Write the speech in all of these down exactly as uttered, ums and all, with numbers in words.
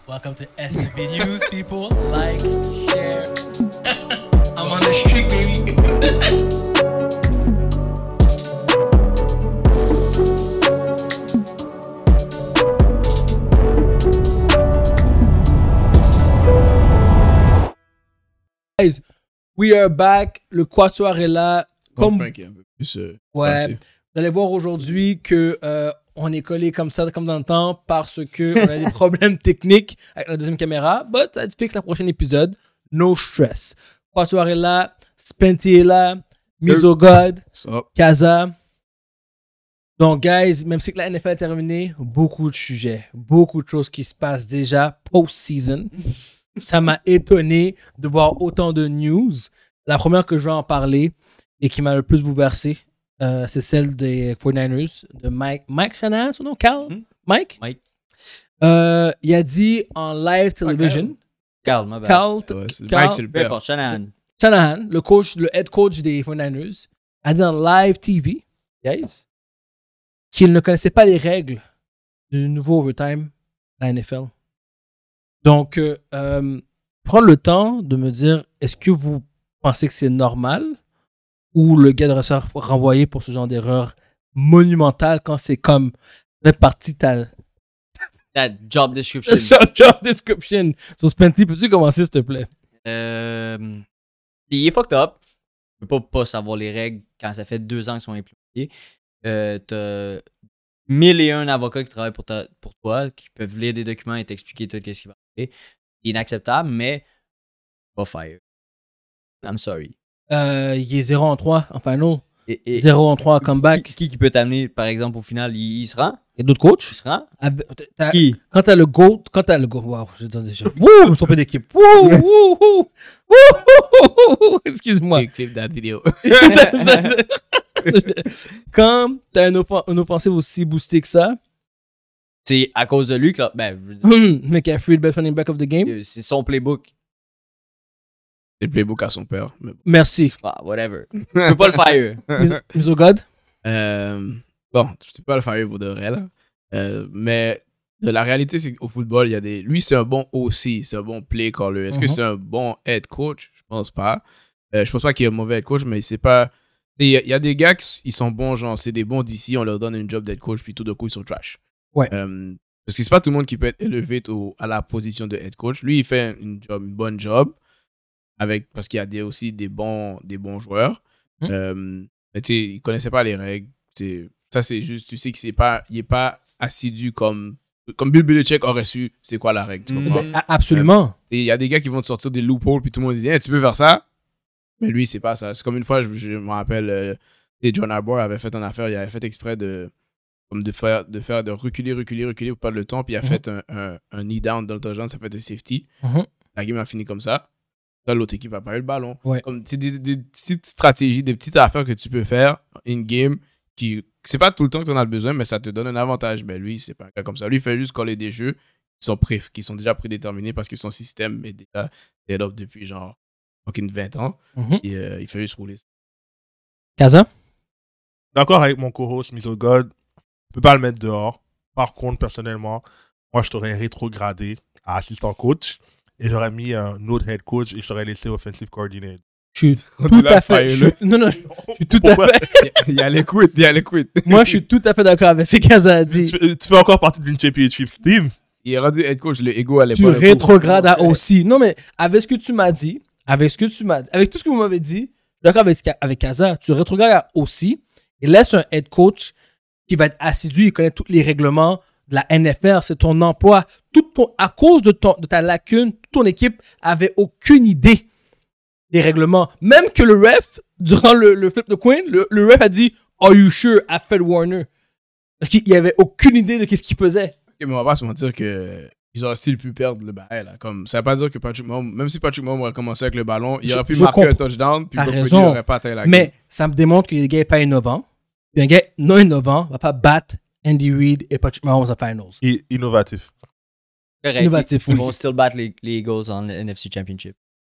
Welcome to S N B News, people. Like, share. I'm on the street, baby. Guys, we are back. Le Quatuor est là. Comme... Enfin, qui est un peu plus, euh, ouais. passé. Vous allez voir aujourd'hui que euh, on est collé comme ça, comme dans le temps, parce que on a des problèmes techniques avec la deuxième caméra. But ça fixe le prochain épisode. No stress. Quatuor est là. Spenty est là. Misogod. So, Kaza. Donc, guys, même si que la N F L est terminée, beaucoup de sujets, beaucoup de choses qui se passent déjà post-season. Ça m'a étonné de voir autant de news. La première que je vais en parler et qui m'a le plus bouleversé, euh, c'est celle des forty-niners, de Mike, Mike Shanahan, son nom, Cal? Hmm? Mike? Mike. Euh, il a dit en live television, Carl, ma bad. Cal, ouais, c'est- Cal- Mike, c'est le Peu père. importe, Shanahan. Shanahan, le coach, le head coach des forty-niners, a dit en live T V, guys, qu'il ne connaissait pas les règles du nouveau overtime à la N F L. Donc, euh, euh, prendre le temps de me dire, est-ce que vous pensez que c'est normal ou le gars devrait se faire renvoyer pour ce genre d'erreur monumentale quand c'est comme fait partie de ta That job description. job description. So, Spenty, peux-tu commencer, s'il te plaît? Euh, il est fucked up. Tu peux pas, pas savoir les règles quand ça fait deux ans qu'ils sont implémentés. Euh, t'as mille et un avocats qui travaillent pour, ta, pour toi, qui peuvent lire des documents et t'expliquer tout ce qui va arriver. C'est inacceptable, mais pas fire. I'm sorry. Euh, il est zéro en trois en final. Et, et zéro en trois en comeback. Qui, qui peut t'amener, par exemple, au final, il, il se rend? Il y a d'autres coachs? Il se rend? Avec- t'as- Qui? Quand t'as le GOAT, quand t'as le GOAT, wow, je vais dire déjà. Wouh, je me suis trompé d'équipe. Wouh, wouh, wouh, wouh, excuse-moi. Clip, clip that vidéo. Ça- ça- Quand t'as une, offen- une offensive aussi boostée que ça, C'est à cause de lui que, là, ben, je veux dire, McCaffrey, le best running back of the game. euh, c'est son playbook. C'est le playbook à son père. Mais bon. Merci. Ah, whatever. Tu peux pas le fire. Mis- Misogod. Euh, bon, je sais pas le faire pour de vrai, là. Euh, mais de la réalité, c'est qu'au football, il y a des. Lui, c'est un bon O C, c'est un bon play caller. Est-ce que Mhm. c'est un bon head coach? Je pense pas. Euh, je pense pas qu'il est un mauvais head coach, mais c'est pas. Il y, a- il y a des gars qui ils sont bons, genre, c'est des bons d'ici, on leur donne une job d'head coach, puis tout d'un coup, ils sont trash. Ouais. Euh, parce que c'est pas tout le monde qui peut être élevé au- à la position de head coach. Lui, il fait une, job, une bonne job, avec, parce qu'il y a des, aussi des bons, des bons joueurs. Mhm. Euh, mais tu sais, il connaissait pas les règles. C'est- Ça, c'est juste, tu sais qu'il n'est pas, il est pas assidu comme, comme Bill Belichick aurait su c'est quoi la règle. Tu Mhm. comprends? Ben, a- absolument. Et il y a des gars qui vont te sortir des loopholes, puis tout le monde dit, hey, tu peux faire ça. Mais lui, c'est pas ça. C'est comme une fois, je, je me rappelle, euh, et John Harbaugh avait fait une affaire, il avait fait exprès de, comme de, faire, de faire, de reculer, reculer, reculer pour perdre le temps, puis il a Mhm. fait un, un, un knee down dans le touchdown, ça fait de safety. Mhm. La game a fini comme ça. Là, l'autre équipe a pas eu le ballon. Ouais. Comme, c'est des, des petites stratégies, des petites affaires que tu peux faire in-game qui, c'est pas tout le temps que tu en as besoin, mais ça te donne un avantage. Mais lui, c'est pas un cas comme ça. Lui, il fait juste coller des jeux qui sont, pré- qui sont déjà prédéterminés parce que son système est déjà dead up depuis genre fucking vingt ans. Mhm. Et euh, il fait juste rouler. Kaza? D'accord avec mon co-host Misogod, je peux pas le mettre dehors. Par contre, personnellement, moi, je t'aurais rétrogradé à assistant coach et j'aurais mis un autre head coach et je t'aurais laissé offensive coordinator. Je suis On tout est là, à fait. fire-le. je- Non, non, je suis tout à Pourquoi? fait. Il y a les quits, il y a les quits. Moi, je suis tout à fait d'accord avec ce que Kaza a Tu, dit. tu fais encore partie d'une championship team. Il est rendu head coach, le ego allait Tu pas. le coup. rétrogrades à aussi. Non, mais avec ce que tu m'as dit, avec ce que tu m'as dit, avec tout ce que vous m'avez dit, je suis d'accord avec, ce qu'a- avec Kaza, tu rétrogrades à aussi et laisse un head coach qui va être assidu, il connaît tous les règlements de la N F L, c'est ton emploi. Tout ton, à cause de, ton, de ta lacune, toute ton équipe avait aucune idée des règlements. Même que le ref, durant le, le flip de Queen, le, le ref a dit « Are you sure? » à Fred Warner. Parce qu'il n'y avait aucune idée de ce qu'il faisait. Ok, mais on va pas se mentir que ils auraient still pu perdre le bail là. Comme ça veut pas dire que Patrick Mahomes, même si Patrick Mahomes aurait commencé avec le ballon, il Je- aurait pu je marquer un comprends. touchdown puis T'as Brock Purdy raison. aurait pas atteint la game. Mais ça me démontre que le gars n'est pas innovant. Puis un gars non innovant va pas battre Andy Reid et Patrick Mahomes en finals. Et innovatif. Correct. Innovatif, Ils oui. vont still battre les, les Eagles en N F C Championship.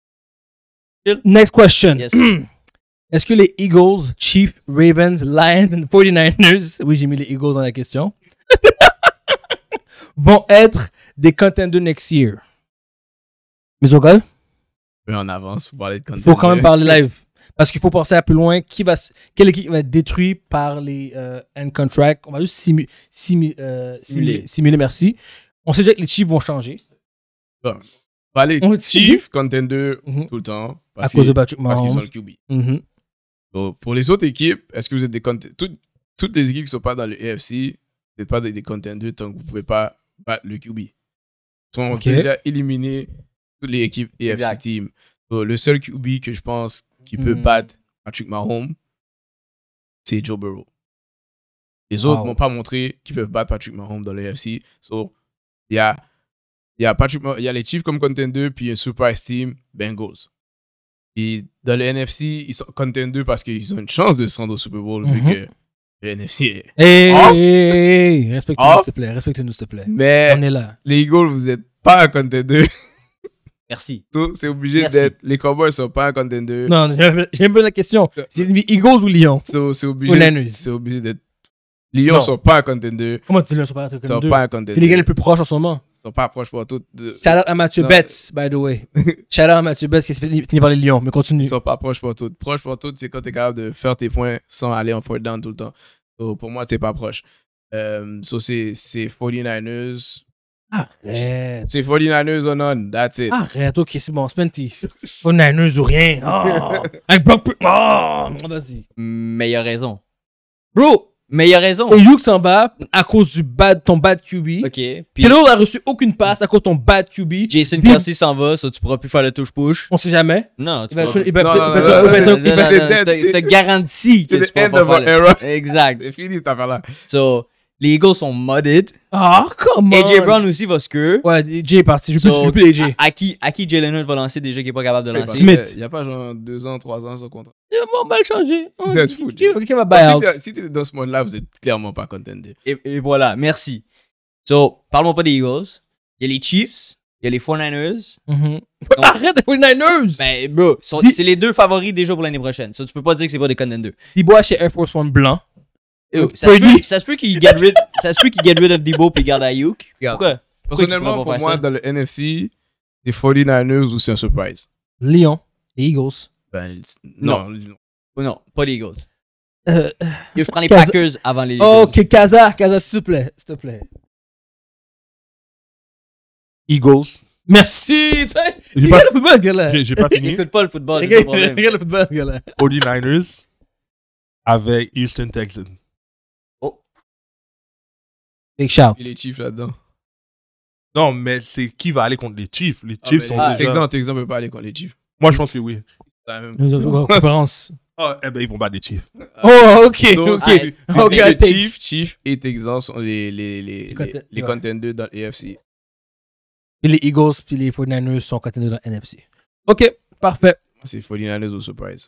Next question. Yes. Est-ce que les Eagles, Chiefs, Ravens, Lions et forty-niners, oui, j'ai mis les Eagles dans la question, vont être des contenders next year. Mais au gars, peu en avance pour parler de il faut quand même parler live. Parce qu'il faut penser à plus loin. Qui va, s- quelle équipe va être détruite par les euh, end contracts? On va juste simu- simu- euh, simuler. Simuler. simuler, merci. On sait déjà que les Chiefs vont changer. On va aller On le dit. Chief, contender Mhm. tout le temps. À Parce cause de qu'ils- Patrick parce qu'ils ont Mahomes. le Q B. Mhm. Donc, pour les autres équipes, est-ce que vous êtes des contenders? Toutes, toutes les équipes qui ne sont pas dans le A F C, vous n'êtes pas des, des contenders tant que vous ne pouvez pas battre le Q B. On Ok. a déjà éliminé toutes les équipes A F C Exact. team. Donc, le seul Q B que je pense qui peut Hmm. battre Patrick Mahomes, c'est Joe Burrow. Les autres Wow. m'ont pas montré qu'ils peuvent battre Patrick Mahomes dans le A F C. So, il y a, il y a Patrick Mah- il y a les Chiefs comme contender, puis un surprise team, Bengals. Et dans le N F C, ils sont contenders parce qu'ils ont une chance de se rendre au Super Bowl, vu Mhm. que le N F C est... Hey, Off. hey, hey, respectez-nous, Off. s'il te plaît. Respectez-nous, s'il te plaît. Mais On est là. les Eagles, vous n'êtes pas un contender. Merci. So, c'est obligé Merci. d'être... Les Cowboys ne sont pas un contender. Non, j'ai j'ai même pas la question. J'ai dit Eagles ou Lions? So, c'est Ou obligé, Niners. c'est obligé d'être... Lions Non. ne sont pas un contender. Comment tu dis là, ils sont pas Ils sont deux? pas un contender. C'est les gars les plus proches en ce moment. Ils sont pas proches pour tout. De... Shout out à Mathieu Non. Betts, by the way. Shout out à Mathieu Betts qui s'est fini fini par les Lions, mais continue. Ils sont pas proches pour tout. Proche pour tout, c'est quand tu es capable de faire tes points sans aller en fourth down tout le temps. So, pour moi, tu pas proche. Euh, so, c'est c'est forty-niners. Arrête. C'est forty-niners or none. That's it. Arrête, ok, c'est bon, Spenty. Pas Niners ou rien. Oh. Avec Brock Pur- Oh, vas-y. Mais il a raison. Bro, Mais il a raison. et Hughes s'en bat à cause du bad, ton bad Q B. Ok. Puis Kilo a reçu aucune passe à cause de ton bad Q B. Jason Puis- Kelsey s'en va, ça tu pourras plus faire le touche-push. On sait jamais. Non, tu Il va, pourras il va, Non, il non, va- non, il va- non, il va- non, il va- non, C'est c'est dead, T'as c'est- t'as garanti que C'est tu the pourras end pas of faire our le- era. Exact. C'est fini cette affaire-là. So, les Eagles sont modded. Ah, comment? A J Brown aussi va screw. Ouais, Jay est parti. Je peux So, je peux plus les J. à, à qui, à qui Jalen Hurts va lancer déjà qu'il est pas capable de lancer? Smith. Il n'y a pas genre deux ans, trois ans sans contrat. On va le changer. Vous êtes fous, Jay. Ok, va Si buy out. t'es- Si tu es dans ce monde-là, vous êtes clairement pas contender. Et, et voilà, merci. So, parlons pas des Eagles. Il y a les Chiefs, il y a les forty-niners. Mhm. Arrête de forty-niners! Ben, bro, sont- Dis- c'est les deux favoris déjà pour l'année prochaine. Ça, tu peux pas dire que c'est pas des contenders. Debo chez Air Force One blanc. Yo, ça, se Brady. peut, ça se peut qu'il get rid, ça se peut qu'il get rid of Debo puis garde Ayuk. Regarde. Pourquoi? Personnellement, pourquoi pour pas faire moi, ça? dans le N F C, les forty-niners ou c'est un surprise. Lyon et Eagles. Ben, non. non. Oh non, pas les Eagles. Euh, Yo, je prends les Kaza- Packers avant les Eagles. ok, Kaza, Kaza, s'il te plaît. S'il te plaît. Eagles. Merci! Tu sais, J'ai pas, regarde le football, gars là. j'ai- j'ai pas Il fini. écoute pas le football, c'est pas le Regarde problème. regarde le football, gars là. forty-niners avec Houston Texans. Big shout. Et les Chiefs là-dedans. Non, mais c'est qui va aller contre les Chiefs? Les Ah, Chiefs mais sont les déjà... Texans, Texans peut pas aller contre les Chiefs. Moi, je pense que oui. C'est la même- Conférence. Ah, eh ben, ils vont battre les Chiefs. Oh, ok, So, ok. si- Ok, les I take. Chiefs, Chiefs et Texans sont les, les, les, les, conten- les ouais. contenders dans l'A F C. Puis les Eagles puis les forty-niners sont contenders dans N F C. Ok, parfait. C'est forty-niners ou surprise.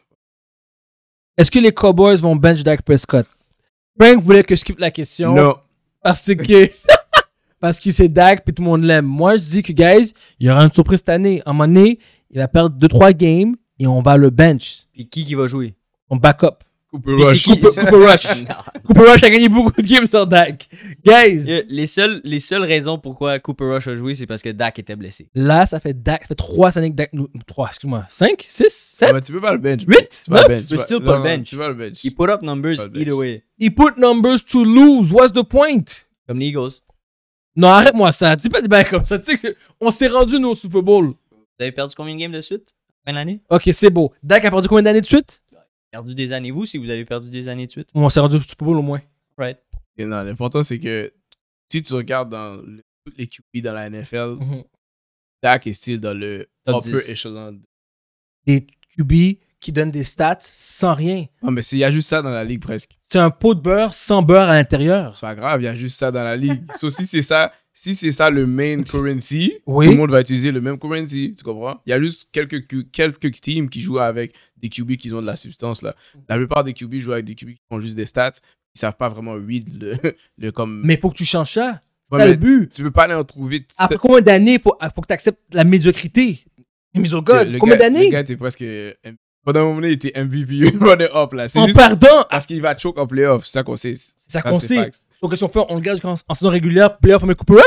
Est-ce que les Cowboys vont bench Dak Prescott? Frank voulait que je skip la question. Non. Parce que parce que c'est Dak puis tout le monde l'aime. Moi, je dis que, guys, il y aura une surprise cette année. À un moment donné, il va perdre deux trois games et on va le bench. Puis qui qui va jouer? On backup. Cooper Puis c'est Rush. qui- Cooper, Cooper Rush. Non. Cooper Rush a gagné beaucoup de games sur Dak. Guys, Yo, Les seules, les seules raisons pourquoi Cooper Rush a joué, c'est parce que Dak était blessé. là, ça fait Dak. Ça fait trois années que Dak nous. trois, excuse-moi. cinq, six, Ah, sept, mais tu peux pas le bench. huit, Tu peux pas neuf. le bench. Tu peux vas- still pas le non, bench. Tu peux pas le bench. Il put up numbers Pas le bench. either way. He put numbers to lose. What's the point? Comme les Eagles. Non, arrête-moi ça. Dis pas des bails comme ça. Tu sais que c'est- on s'est rendu nous au Super Bowl. Vous avez perdu combien de games de suite? Fin d'année? Ok, c'est beau. Dak a perdu combien d'années de suite? Perdu des années, vous, si vous avez perdu des années de suite. On s'est rendu au Super Bowl au moins. Right. Et non, l'important, c'est que si tu regardes dans le- toutes les Q B dans la N F L, Mhm. Dak est still dans le Top upper dix. echelon. Des Q B qui donnent des stats sans rien. Non, mais il y a juste ça dans la ligue presque. C'est un pot de beurre sans beurre à l'intérieur. C'est pas grave, il y a juste ça dans la ligue. So, si c'est ça, si c'est ça le main currency, Oui. tout le monde va utiliser le même currency, tu comprends? Il y a juste quelques, Q- quelques teams qui jouent avec des Q B qui ont de la substance là. La plupart des Q B jouent avec des Q B qui ont juste des stats, ils savent pas vraiment read le, le comme. Mais faut que tu changes ça. Ouais, C'est ça mais le but. tu peux pas aller en trouver. Après combien d'années faut, faut que tu acceptes la médiocrité? Mise au God. Le Combien gars- d'années? Le gars était presque. Pendant un moment donné, il était M V P. Runner up là. C'est En juste perdant, parce qu'il va choke en playoff. C'est ça qu'on sait. c'est ça Ça, qu'on c'est sait. facts. Sauf que si on fait, on le garde en, en saison régulière, playoff, on met Cooper Rush.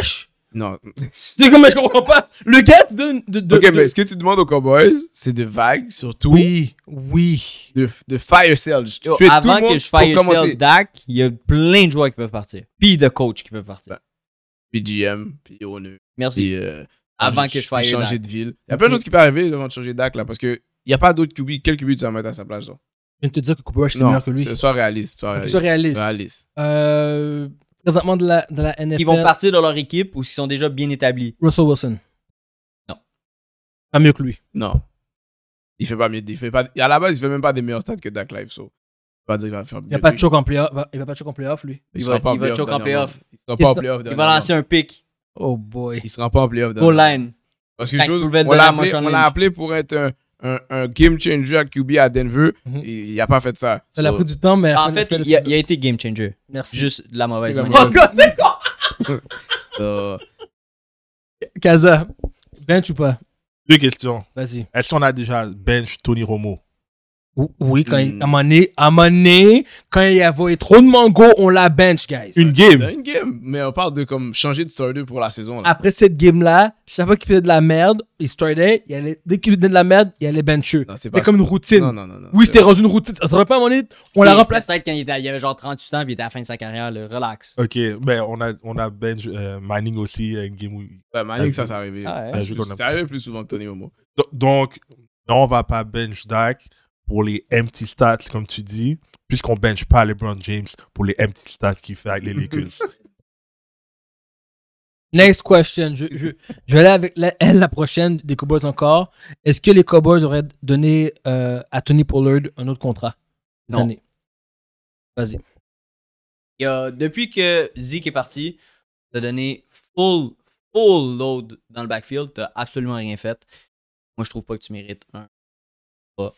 Non. C'est comme, mais je comprends pas. Le gars te donne de. de, Ok, de- mais ce que tu demandes aux Cowboys, c'est de vagues, surtout. Oui, oui. De, de fire sale. Yo, Tuer tout avant le monde que je pour fire commenter. sell Dak, il y a plein de joueurs qui peuvent partir. Puis de coachs qui peuvent partir. Ben, Puis G M, puis owner. Merci. Puis, euh, Avant changer- que je fire puis changer Dak. de ville. Il y a plein de choses qui peuvent arriver avant de changer Dak, là, parce que il n'y a pas d'autres Q B. Quel Q B tu vas mettre à sa place, genre? Je viens de te dire que Cooper Rush est Non, meilleur que lui. c'est- sois réaliste. Sois Ok, réaliste. sois réaliste. réaliste. Euh, présentement de la, de la N F L. Qui vont partir de leur équipe ou s'ils sont déjà bien établis. Russell Wilson. Non. Pas mieux que lui. Non. Il fait pas mieux. Il fait pas, à la base, il fait même pas des meilleurs stats que Dak Live, so. Pas dire qu'il va faire Il mieux. va pas que de lui. choke en playoff. Il va pas de choke en playoff, lui. Il Il sera va- pas en il va playoff choke en dernièrement. playoff. Il sera Qu'est-ce pas en que- playoff. Il va dernièrement. lancer un pick. Oh boy. Il sera pas en playoff. Goal dernièrement. line. Parce qu'une Fait chose, qu'il pouvait le on l'a donner à appelé, Marshawn on l'a Lynch. appelé pour être un, un, un game changer à Q B à Denver. Mhm. Et il a pas fait ça. Ça l'a So, pris du temps, mais. à la En fin de fait, la il a, saison- il a été game changer. Merci. Juste de la mauvaise Il a- manière. Oh god, d'accord. so, Kaza, bench ou pas? Deux questions. Vas-y. Est-ce qu'on a déjà bench Tony Romo? Ou- Oui, quand il, Hmm. à un moment donné, à un moment donné, quand il y avait trop de mango, on la bench, guys. Une c'est game. une game, mais on parle de comme changer de starter pour la saison. Là. Après cette game-là, chaque fois qu'il faisait de la merde, il startait, il allait, dès qu'il faisait de la merde, il allait bencher. Non, c'est C'était pas comme ça. une routine. Non, non, non. non Oui, c'est- c'était rendu une routine. Ça serait pas à un moment donné, on la Et remplace. c'est peut-être quand il, était, il avait genre trente-huit ans puis il était à la fin de sa carrière. Là. Relax. Ok, ben on a, on a bench euh, Manning aussi, une game où... Ouais, Manning, ça, c'est arrivé. Ah ouais. C'est Ah, je plus- connais c'est arrivé plus souvent que Tony Momo. Do- Donc, non, on va pas bench Dak pour les empty stats, comme tu dis, puisqu'on bench pas LeBron James pour les empty stats qu'il fait avec les Lakers. Next question. Je, je, je vais aller avec la, elle, la prochaine des Cowboys encore. Est-ce que les Cowboys auraient donné euh, à Tony Pollard un autre contrat cette Non. année? Vas-y. Il y a, depuis que Zeke est parti, t'as donné full, full load dans le backfield. T'as absolument rien fait. Moi, je trouve pas que tu mérites un. Pas.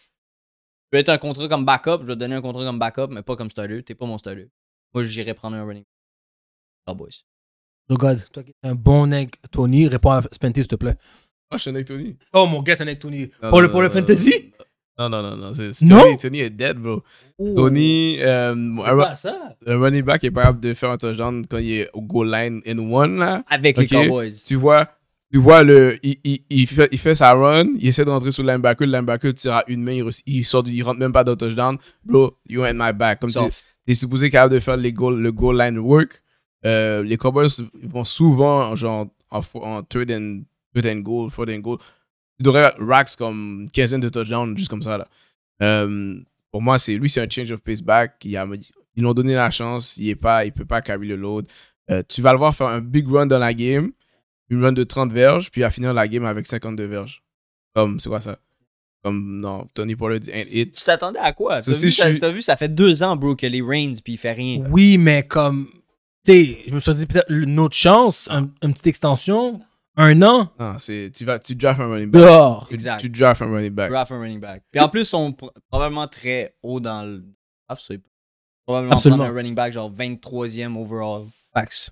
Je vais être un contrat comme backup. Je vais te donner un contrat comme backup, mais pas comme starter. T'es pas mon starter. Moi, j'irais prendre un running. Cowboys. Oh God, toi qui es un bon nègre, Tony, réponds à Spenty, s'il te plaît. Ah, je suis avec Tony. Oh mon gars, t'es un nègre, Tony. Non, Pour non, le, pour non, le non, fantasy? Non, non, non, non. c'est- c'est Non? Tony, Tony est dead, bro. Tony, euh, un, C'est ru- pas ça. un running back est pas capable de faire un touchdown quand il est au goal line in one, là. Avec Ok. les Cowboys. Tu vois, tu vois le, il, il, il, fait, il fait sa run, il essaie de rentrer sur le linebacker, le linebacker tire à une main, il, re- il sort, il rentre même pas dans le touchdown. Bro, you ain't my back. Comme tu Soft. es supposé capable de faire les goal, le goal line work. Euh, les Cowboys vont souvent genre en, fo- en third and, third and goal, fourth and goal. Tu devrais racks comme une quinzaine de touchdowns, juste comme ça. Là. Euh, pour moi, c'est lui, c'est un change of pace back. Il a, ils lui ont donné la chance. Il est pas, il peut pas carry le load. Euh, tu vas le voir faire un big run dans la game, une run de trente verges, puis il va finir la game avec cinquante-deux verges. Comme, c'est quoi ça? Comme, non, Tony Pollard ain't it. Tu t'attendais à quoi? Ça T'as aussi, vu, je t'as- suis- t'as vu, ça fait deux ans, bro, que les Reigns, puis il fait rien. Oui, mais comme. Tu sais, je me suis dit peut-être une autre chance, un- une petite extension, un an, Non, c'est, tu vas, tu drafts un running back. dehors. Tu- Exact. Tu drafts un running back. Draft un running back. Puis en plus, ils sont pr- probablement très haut dans le draft. C'est probablement Absolument. prendre un running back genre vingt-troisième overall. Fax.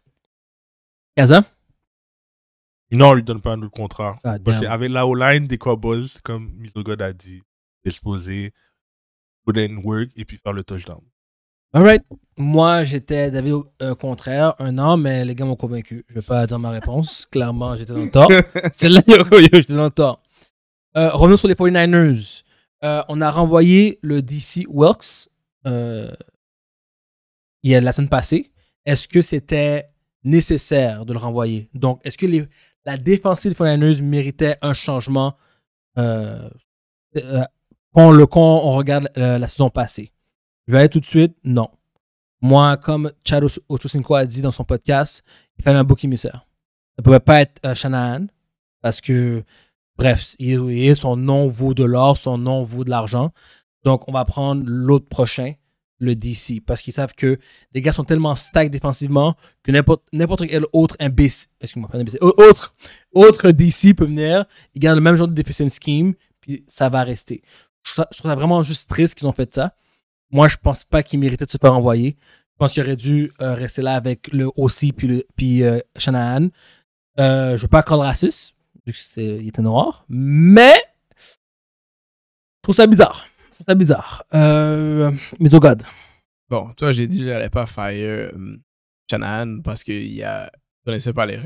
Kaza? Non, on lui donne pas un autre contrat. Ah, Parce damn. qu'avec la O-line des Cowboys, comme Misogod a dit, il est supposé put in work et puis faire le touchdown. Alright. Moi, j'étais d'avis au euh, contraire, un an, mais les gars m'ont convaincu. Je vais pas dire ma réponse. Clairement, j'étais dans le tort. C'est là, j'étais dans le tort. Euh, revenons sur les forty-niners. Euh, on a renvoyé le D C Wilkes euh, il y a la semaine passée. Est-ce que c'était nécessaire de le renvoyer? Donc, est-ce que les, la défensive des forty-niners méritait un changement euh, euh, quand, le, quand on regarde euh, la saison passée? Je vais aller tout de suite, non. Moi, comme Chad Ochocinco a dit dans son podcast, il fallait un bouc émissaire. Ça ne pouvait pas être euh, Shanahan parce que, bref, il, il- son nom vaut de l'or, son nom vaut de l'argent. Donc, on va prendre l'autre prochain, le D C, parce qu'ils savent que les gars sont tellement stack défensivement que n'importe, n'importe quel autre imbécile, excuse-moi, pas imbécile, autre, autre D C peut venir, il garde le même genre de defensive scheme, puis ça va rester. Je trouve ça, je trouve ça vraiment juste triste qu'ils ont fait ça. Moi, je pense pas qu'il méritait de se faire envoyer. Je pense qu'il aurait dû euh, rester là avec le O C puis, le, puis euh, Shanahan. Euh, je veux pas call raciste, vu qu'il était noir, mais je trouve ça bizarre. Je trouve ça bizarre. Euh, mais oh God. Bon, toi, j'ai dit que j'allais pas fire euh, Shanahan parce qu'il a- connaissait pas les règles.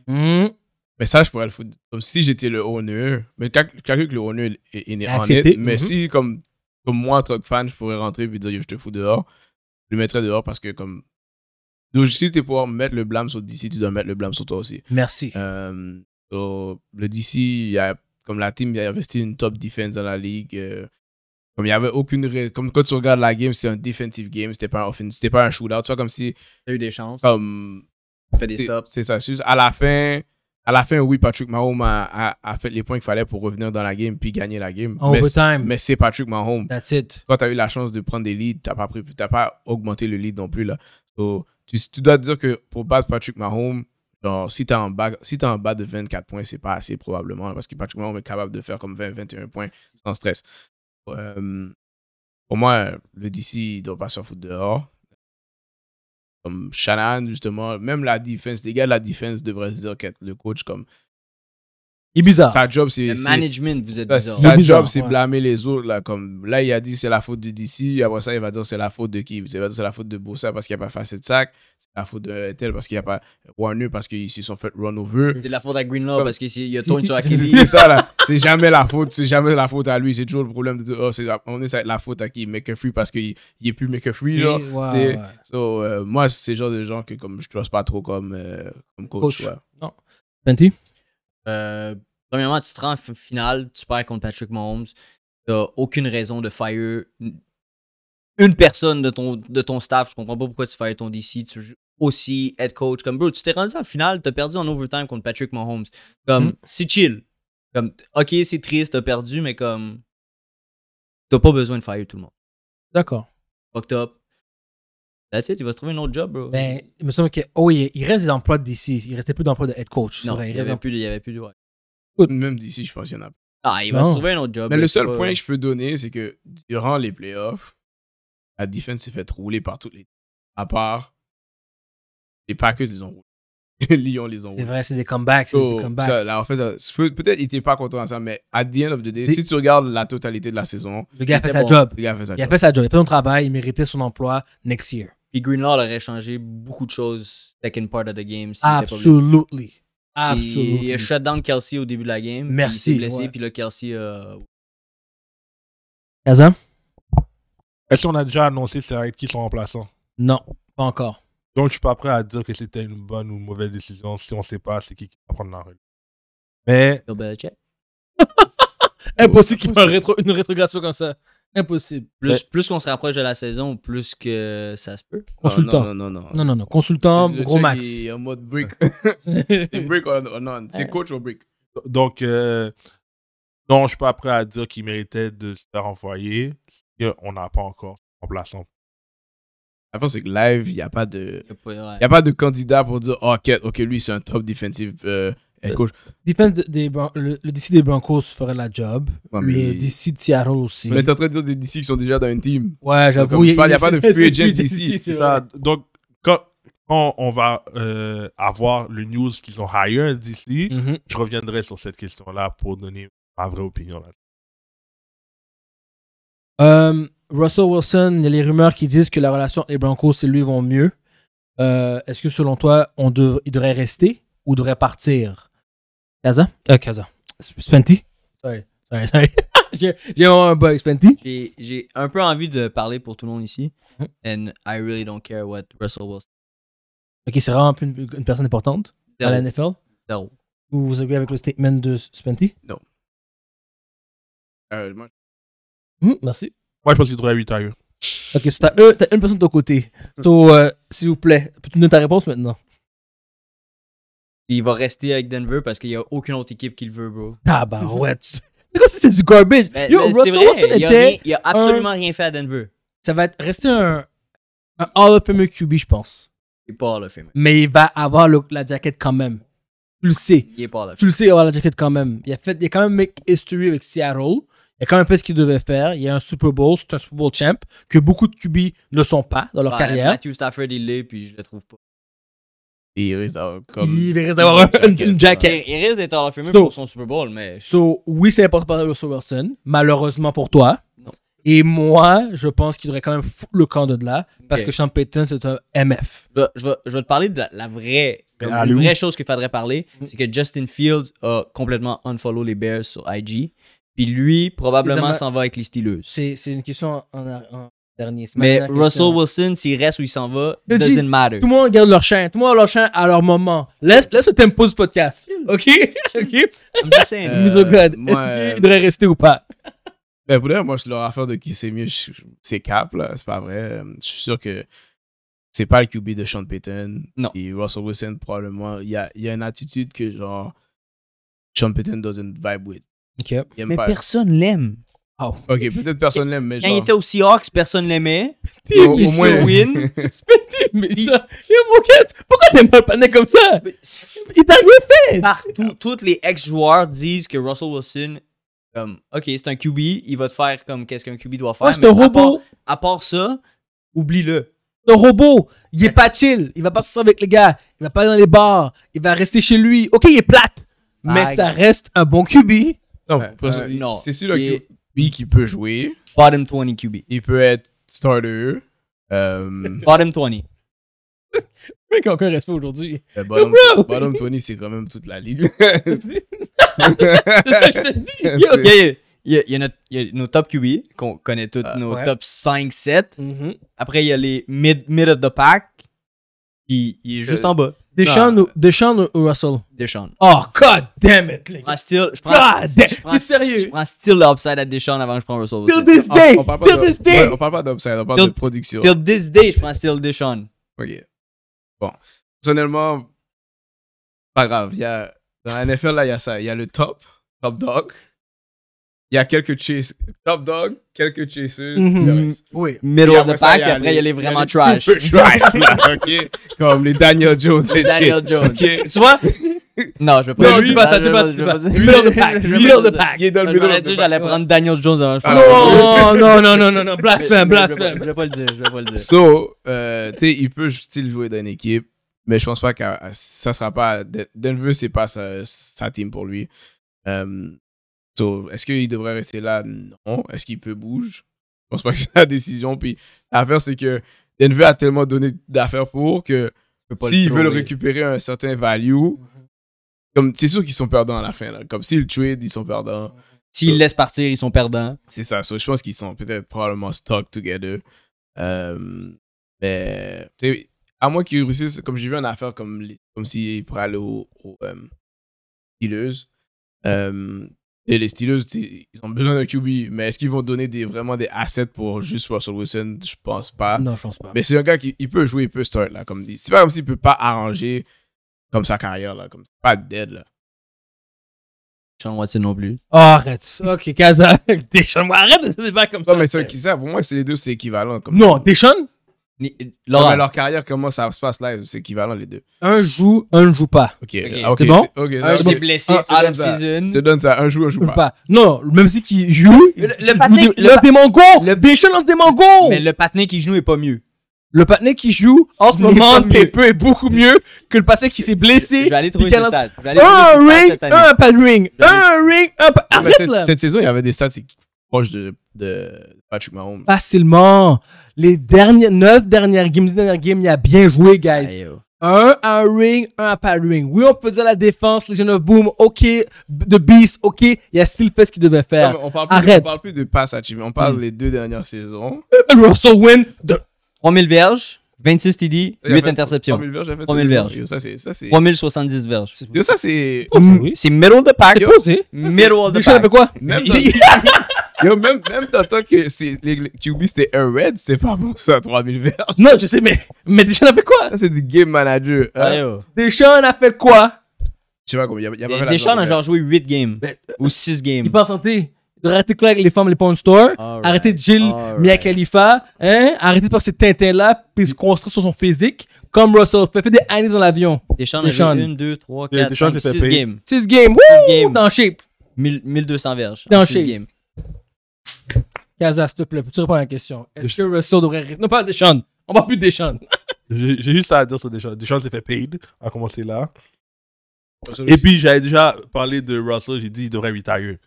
Hmm. Mais ça, je pourrais le foutre. Comme si j'étais le owner. Mais quand, quand que le owner est, est, est en Accepté. net. Mais Mhm. si, comme, comme moi, en tant que fan, je pourrais rentrer et dire, yo, je te fous dehors. Je le mettrais dehors parce que, comme. Donc, si tu es pouvoir mettre le blâme sur D C, tu dois mettre le blâme sur toi aussi. Merci. Euh, so, le D C, il y a, comme la team, il a investi une top defense dans la ligue. Euh, comme il n'y avait aucune. Ra- comme quand tu regardes la game, c'est un defensive game. C'était pas un, offen- c'était pas un shootout. Tu vois, comme si. T'as eu des chances. Comme, Fait des c'est, stops. c'est ça. C'est juste à la fin. À la fin, oui, Patrick Mahomes a, a, a fait les points qu'il fallait pour revenir dans la game puis gagner la game. En mais, overtime. mais c'est Patrick Mahomes. That's it. Quand tu as eu la chance de prendre des leads, tu n'as pas, pris- t'as pas augmenté le lead non plus. Là. So, tu, tu dois te dire que pour battre Patrick Mahomes, genre, si tu es en bas, si t'es en bas de vingt-quatre points, c'est pas assez probablement. Parce que Patrick Mahomes est capable de faire comme vingt à vingt et un points sans stress. Euh, pour moi, le D C, il ne doit pas se faire foutre dehors. Comme Shanahan, justement, même la défense, les gars de la défense devraient se dire que le coach, comme. Il est bizarre. Sa job, c'est. Le c'est- management, vous êtes sa- bizarre. Sa Il est bizarre, job, c'est ouais. blâmer les autres. Là, comme, là, il a dit c'est la faute de D C. Après ça, il va dire c'est la faute de qui? Il va dire c'est la faute de Bosa parce qu'il n'a pas fait assez de sacs. C'est la faute de Tel parce qu'il n'y a pas. Warner parce qu'ils se sont fait run over. C'est de la faute à Greenlaw Comme- parce qu'il y a tourné sur C'est- Achilles. C'est ça, là. C'est jamais la faute. C'est jamais la faute à lui. C'est toujours le problème de. Oh, c'est, on est la faute à qui? McAfee parce qu'il il est plus McAfee, genre. Et- ouais, c'est- ouais. So, euh, moi, c'est le genre de gens que comme, je ne trust pas trop comme, euh, comme coach. Coach. Ouais. Fenty? Euh, premièrement, tu te rends en f- finale, tu perds contre Patrick Mahomes. T'as aucune raison de fire une personne de ton, de ton staff. Je comprends pas pourquoi tu fires ton D C. Tu joues aussi head coach. Comme, bro, tu t'es rendu en finale, t'as perdu en overtime contre Patrick Mahomes. Comme, Mm. c'est chill. Comme, ok, c'est triste, t'as perdu, mais comme, t'as pas besoin de fire tout le monde. D'accord. Fucked up. That's it, il va se trouver un autre job, bro. Ben, il me semble que. Oh, il, il reste des emplois de D C. Il restait plus d'emplois de head coach. C'est non, vrai, il il y avait reste plus, de- il y avait plus de. Ouais. Même d'ici, je pense qu'il y en a. Ah, il va Non. se trouver un autre job. Mais là, le c'est seul pas- point que je peux donner, c'est que durant les playoffs, la défense s'est fait rouler par toutes les. À part. Les Packers, ils ont roulé. Les Lions, les ont C'est roulé. vrai, c'est des comebacks. C'est So, des comebacks. ça, là, en fait, ça, c'est peut- peut-être il n'était pas content de ça, mais at the end of the day, Mais- si tu regardes la totalité de la saison, Le gars a il fait était sa bon. job. le gars a fait ça. Il a fait sa job. Il a fait son travail. Il méritait son emploi next year. Puis Greenlaw aurait changé beaucoup de choses second part of the game. s'il était pas blessé. Absolutely. Puis Absolutely. Il a shut down Kelsey au début de la game. Merci, Puis il s'est blessé, ouais. puis là, Kelsey. Euh... Kazam? Est-ce qu'on a déjà annoncé c'est avec qui sont remplaçants? Non, pas encore. Donc, je suis pas prêt à dire que c'était une bonne ou une mauvaise décision si on sait pas c'est qui qui va prendre la relève. Mais Bill Belichick. Impossible qu'il fasse rétro- une rétrogradation comme ça. Impossible. Plus, Ouais. plus qu'on se rapproche de la saison, plus que ça se peut. Consultant. Non, non, non. non. Non, non, non. Consultant, Le gros check max. est en mode break. C'est break or, or non. C'est coach ou break. donc, euh, non, je suis pas prêt à dire qu'il méritait de se faire envoyer. Si on n'a pas encore remplaçant. La fin, c'est que live, il n'y a pas de. Il y a pas- ouais. Il n'y a pas de candidat pour dire, oh, ok, ok, lui, c'est un top defensive euh, head coach. Defense de- des Bron- le, le D C des Broncos ferait la job. Ouais, mais- Le D C de Seattle aussi. On est en train de dire des D C qui sont déjà dans une team. Ouais, j'avoue. Comme je parle, il y a pas de c'est- free c'est agent plus ici. c'est C'est vrai. ça. Donc, quand, quand on va euh, avoir le news qu'ils ont hire d'ici, Mhm. je reviendrai sur cette question-là pour donner ma vraie opinion. Là. Euh, Russell Wilson, il y a les rumeurs qui disent que la relation avec les Broncos et lui vont mieux. Euh, Est-ce que selon toi, on dev- il devrait rester ou devrait partir? Kaza? Euh, Kaza. Sp- Spenty? Sorry. Sorry, sorry. J'ai j'ai un bug, Spenty. J'ai- J'ai un peu envie de parler pour tout le monde ici. Hmm. And I really don't care what Russell Wilson. Ok, c'est vraiment une, une personne importante à la Zéro. N F L. Zéro. Ou vous agree avec le statement de Spenty? Euh, moi, Hmm, merci. Moi, je pense qu'il devrait retire. Ok, so t'as un- t'as une personne de ton côté. So, euh, s'il vous plaît, peux-tu donner ta réponse maintenant? Il va rester avec Denver parce qu'il n'y a aucune autre équipe qui le veut, bro. Tabarouette. C'est comme si c'est du garbage. Mais- Yo, mais Russell c'est vrai, Wilson il a, était... rien- il a absolument rien fait à Denver. Ça va être rester un, un Hall of Famer Q B, je pense. Il est pas le film. Mais il va avoir le- la jacket quand même. Tu le sais. Il est pas le Tu le sais, il va avoir la jacket quand même. Il a, fait, il a quand même make history avec Seattle. Il a quand même fait ce qu'il devait faire. Il y a un Super Bowl, c'est un Super Bowl champ que beaucoup de Q B ne sont pas dans leur Ouais, carrière. Matthew Stafford, il l'est, puis je le trouve pas. il risque d'avoir comme. Il risque d'avoir un- une, une Il, jacket. il risque d'être Hall of Famer So- pour son Super Bowl, mais So, oui, c'est important pour Russell Wilson. Malheureusement pour toi. Non. Et moi, je pense qu'il devrait quand même foutre le camp de là. Parce Ok. que Sean Payton, c'est un M F. je vais, je vais- je vais te parler de la, la vraie comme Mais une allô? vraie chose qu'il faudrait parler, Mm. c'est que Justin Fields a complètement unfollow les Bears sur I G. Puis lui, probablement, dommage. s'en va avec les Steelers. C'est c'est une question en, en, en dernier. C'est ma Mais dernière Russell question. Wilson, s'il reste ou il s'en va, Je dis, doesn't matter. Tout le monde garde leur chien. Tout le monde a leur chien à leur moment. Laisse, laisse le tempo du podcast. OK? OK? I'm just saying. Euh, Mise au code. moi, Est-ce euh, qu'il devrait rester ou pas? Ben, pour dire, moi, je leur affaire de qui c'est mieux, je- je- c'est Cap, là. C'est pas vrai. Je suis sûr que c'est pas le Q B de Sean Payton. Non. Et Russell Wilson, probablement, il y a, il y a une attitude que, genre, Sean Payton doesn't vibe with. OK. Il aime Mais pas. personne l'aime. Ok, peut-être personne l'aime, mais Quand genre. il était au Seahawks, personne l'aimait. au, il au se moins. win. C'est pété, mais genre, yo, Moquette, pourquoi t'aimes pas le panneau comme ça? Il t'a rien fait! Partout, tous les ex-joueurs disent que Russell Wilson, comme, ok, c'est un Q B, il va te faire comme qu'est-ce qu'un Q B doit faire. Ouais, c'est mais un à robot. part- À part ça, oublie-le. C'est un robot. Il est pas chill. Il va pas sortir avec les gars. Il va pas aller dans les bars. Il va rester chez lui. OK, il est plate. Mais Bag. ça reste un bon Q B. Non, Euh, parce- euh, non. c'est sûr, le Il est- Q B qui peut jouer. Bottom vingt Q B. Il peut être starter. Euh, Bottom vingt. Mais qu'il y a aucun respect aujourd'hui. euh, bottom, bro! bottom vingt, c'est quand même toute la ligue. C'est ça que je te dis. Yo. Il y a, il y a- il y a notre- il y a nos top Q B, qu'on connaît tous, Ah, nos ouais. top cinq sept. Mhm. Après, il y a les mid, mid of the pack. Puis il est juste Euh, en bas. Deshaun ou, Deshaun ou Russell? Deshaun. Oh, god damn it, les Je gars. prends still, je prends, God je damn. prends, T'es sérieux? je prends still l'upside à Deshaun avant que je prends Russell Till Wilson. this day. on, on parle pas Till de- this day. ouais, on parle pas d'upside, on parle Till- de production. Till this day, je prends still Deshaun. Ok. Bon. Personnellement, pas grave. Il y a, dans la N F L, là, il y a ça. Il y a le top, top dog. Il y a quelques chase, top dog, quelques chasers. Mhm. le reste. Oui. Middle Et of the après ça, pack, il y puis a après, il y a les vraiment les trash. super trash, là, ok? Comme les Daniel Jones et Daniel shit. Jones. Ok? Tu vois? Non, je vais pas Non, dire dis pas ça, dis pas ça, dis pas ça. Middle of the pack, middle of the pack. Il est dans le Je middle m'aurais of dit the que j'allais pack. prendre Daniel Jones avant. Ah, Non, non, non, non, non, non. Blasphème, Je vais pas- blasphème. Je vais pas le dire, je vais pas le dire. So, euh, tu sais, il peut style jouer dans une équipe, mais je pense pas que ça sera pas. Denver, c'est pas sa, sa team pour lui. Euh, so, est-ce qu'il devrait rester là? Non. Est-ce qu'il peut bouger? Je pense pas que c'est la décision. Puis l'affaire, c'est que Denver a tellement donné d'affaires pour que pas s'ils le veulent thrower. récupérer un certain value, comme c'est sûr qu'ils sont perdants à la fin. Là. Comme s'ils trade, ils sont perdants. S'ils laissent partir, ils sont perdants. C'est ça. So, je pense qu'ils sont peut-être probablement stuck together. Euh, mais, tu sais, à moins qu'ils réussissent, comme j'ai vu une affaire comme, les- comme s'ils pourraient aller aux au, euh, Steelers. Euh, et les Steelers, tu sais, ils ont besoin d'un Q B, mais est-ce qu'ils vont donner des, vraiment des assets pour juste Russell Wilson? Je pense pas. Non, je pense pas. Mais c'est un gars qui il peut jouer, il peut start. Là, comme dit. C'est pas comme s'il peut pas arranger comme sa carrière. Là, comme, c'est pas dead. Là. Sean Watson non plus. Oh, arrête. Ok, Kaza. Deshaun, arrête de se débattre comme ça. Non, mais ça, qui ça, pour moi, c'est les deux, c'est équivalent. Comme Non, Deshaun, Ni- Non, Laurent, mais leur carrière, comment ça se passe live, c'est équivalent les deux. un joue, un ne joue pas. Ok, Ok. ah, ok, C'est bon? ok, un ça, s'est ok. blessé Ah, je te out donne of ça. season. Je te donne ça, un joueur, un joue Joue pas. pas. Non, même si qui joue, Le- le il- patin- il le lance pa- des mangos. le- Deshaun lance des mangos. Mais le patiné qui joue est pas mieux. Le patiné qui joue, en ce Il est moment, pas mieux. Paper est beaucoup mieux que le patiné qui s'est blessé. Je vais aller trouver puis qui a ses lancé- stats. Je vais aller trouver Un ses stats ring, cette année. un pas de ring. Je vais aller- Un ring, un pas. Ouais, mais Arrête cette, là. cette saison, il y avait des stats proches de, de Patrick Mahomes. Facilement. Les dernières, neuf dernières games, dix dernières games, il a bien joué, guys. Aïe, yo. Un à un ring, un à pas de ring. Oui, on peut dire la défense, Legion of Boom, ok. The Beast, ok. Il a still fait ce qu'il devait Non, faire. mais on parle plus, Arrête. on parle plus de pass achievement, on parle Mm. des deux dernières saisons. Russell Win. De... trois mille verges, vingt-six T D, Il a huit fait interceptions. trois mille verges, il a fait trois mille cette verges. saison. Yo, ça, c'est. Ça, c'est. trois mille soixante-dix verges. Yo, ça, c'est. Oh, Mm, oui. C'est middle of the pack. C'est posé. Middle of the Déjà, il fait pack. quoi? Même dans, yo, même, même dans le temps que c'est- les les Q B c'était un red, c'était pas bon ça, trois mille verges. Non, je sais, mais, mais Deshaun a fait quoi? Ça, c'est du game manager. hein. Aïe, yo. Deshaun a fait quoi? Je sais pas comment. Il y a, il y a pas fait la Deschamps a journée. genre joué huit games. Mais- Ou six games. Il est pas en santé. Il devrait arrêter de claquer avec les femmes, les porn stores. Alright. Arrêter de Jill Alright. Mia Khalifa. Hein? Arrêter de faire ces tintins-là, puis se construire sur son physique. Comme Russell fait. Fait des années dans l'avion. Deschamps a Deschamps. joué une, deux, trois, Yeah, quatre, Deschamps cinq, s'est fait six payer. games. six games. Wouh! games. Dans shape. mille mille deux cents verges. Dans en six shape. games. Kaza, s'il te plaît, peux-tu répondre à la question? Est-ce que Russell devrait rester? Non, pas Deshaun. On va plus de Deshaun. J'ai j'ai juste ça à dire sur Deschamps. Deschamps s'est fait paid. On va commencer là. Et puis, j'avais déjà parlé de Russell. J'ai dit qu'il devrait retire.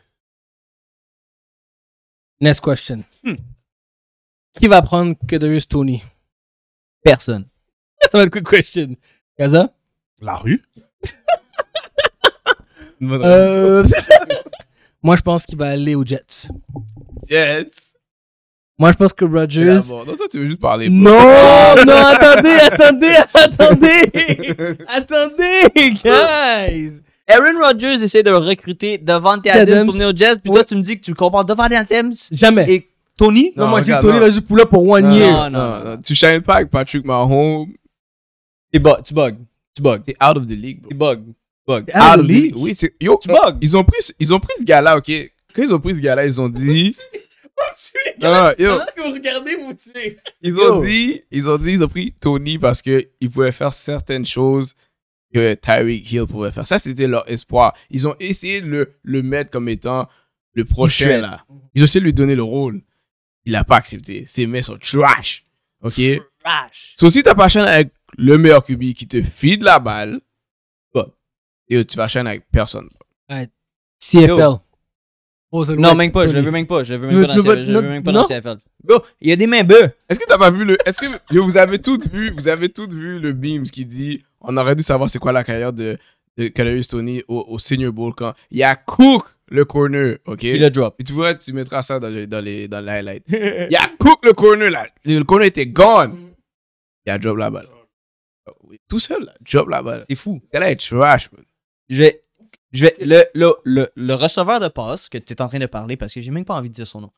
Next question. Qui va prendre Kadarius Toney? Personne. Ça va être une quick question. Kaza? La rue. Euh... Moi, je pense qu'il va aller aux Jets. Jets. Moi, je pense que Rodgers... D'abord. Non, toi, tu veux juste parler. bro. Non, non, attendez, attendez, attendez, attendez, guys. Aaron Rodgers essaie de recruter Davante Adams. Adams pour venir aux Jets, puis Ouais. toi, tu me dis que tu compares Davante Adams Jamais. et Tony? Non, Non, moi, je dis regarde, Tony non. va juste pour là pour one Non, year. non, Non, non, tu shines pas avec Patrick Mahomes. Tu bu- tu bugs. Tu bugs. T'es out of the league, bro. Tu bugs. Tu bugs. Out of the league. league. Oui, c'est. Yo, Tu bugs. ils ont pris, ils ont pris ce gars-là, ok. Quand ils ont pris ce gars-là, ils ont dit. Non, non, yo. Pendant que vous regardez, vous tuez. Ils Yo. ont dit, ils ont dit, ils ont pris Tony parce que il pouvait faire certaines choses que Tyreek Hill pouvait faire. Ça, c'était leur espoir. Ils ont essayé de le, le mettre comme étant le prochain, Tituel. là. Ils ont essayé de lui donner le rôle. Il a pas accepté. Ses mains sont trash. Ok? Trash. Sauf si t'as pas chaîne avec le meilleur Q B qui te feed la balle, bah, et tu vas chaîne avec personne. C F L. Yo. Oh, ça doit Non, être même pas. Je le Tony. veux même pas. Je le veux Tu même veux- pas tu dans veux C F L. Je pas- le veux même pas non? dans C F L. Bro, il y a des mains bœufs. Est-ce que t'as pas vu le. Est-ce que yo, vous avez toutes vu, vous avez toutes vu le Beams qui dit on aurait dû savoir c'est quoi la carrière de, de Kadarius Toney au, au Senior Bowl quand il y a Cook le corner, ok? Il a drop. Et tu pourrais, tu mettras ça dans les, dans les, dans les highlights. Il y a Cook le corner là. Le corner était gone. Il a drop la balle. Oui, tout seul là, drop la balle. C'est fou. Ce gars-là est trash, man. Je vais. Je vais. Le, le, le, le receveur de passe que tu es en train de parler, parce que j'ai même pas envie de dire son nom.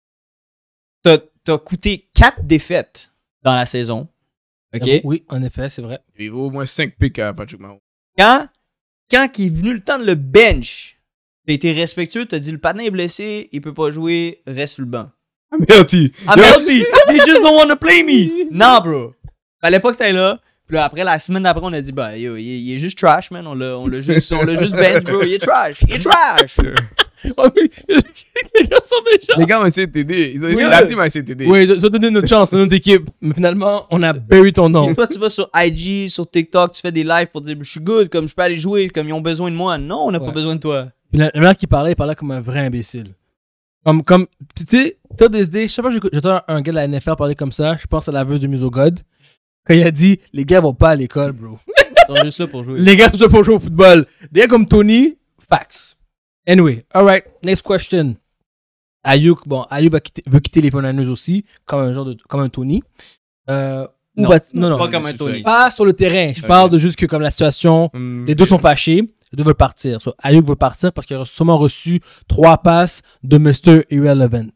T'as t'as coûté quatre défaites dans la saison. OK? Oui, en effet, c'est vrai. Il vaut au moins cinq picks à Patrick Mahomes. Quand, quand il est venu le temps de le bench, t'as été respectueux, t'as dit le patin est blessé, il peut pas jouer, reste sur le banc. Merci. I'm healthy. They just don't want to play me. Non, bro. Fallait pas que t'ailles là. Puis là, après, la semaine d'après, on a dit, bah, yo, il, est- il est juste trash, man. On l'a on l'a juste, on l'a juste bench, bro. Il est trash. Il est trash. Oh, mais les gars sont méchants. Les gars ont essayé de t'aider. Ils ont- Oui. La team a essayé de t'aider. Oui, ils ont donné notre chance à notre équipe. Mais finalement, on a bury ton nom. Toi, tu vas sur I G, sur TikTok, tu fais des lives pour dire, je suis good, comme je peux aller jouer, comme ils ont besoin de moi. Non, on n'a Ouais. pas besoin de toi. Puis la, la manière qu'il parlait, il parlait comme un vrai imbécile. Comme, comme, puis tu sais, t'as des idées. Chaque fois que j'écoute- j'entends un gars de la N F L parler comme ça, je pense à la verse de Muso God. Quand il a dit, les gars vont pas à l'école, bro. Ils sont juste là pour jouer. Les gars sont là pour jouer au football. Des gars comme Tony, facts. Anyway, alright, next question. Ayuk, bon, Ayuk va quitter- veut quitter les forty-niners aussi, comme un genre de, comme un Tony. Euh, où Non, va- non, non, pas comme un Tony. pas sur le terrain. Je Ok. parle de juste que comme la situation, Hmm. les deux sont fâchés, les deux veulent partir. So, Ayuk veut partir parce qu'il a sûrement reçu trois passes de mister Irrelevant.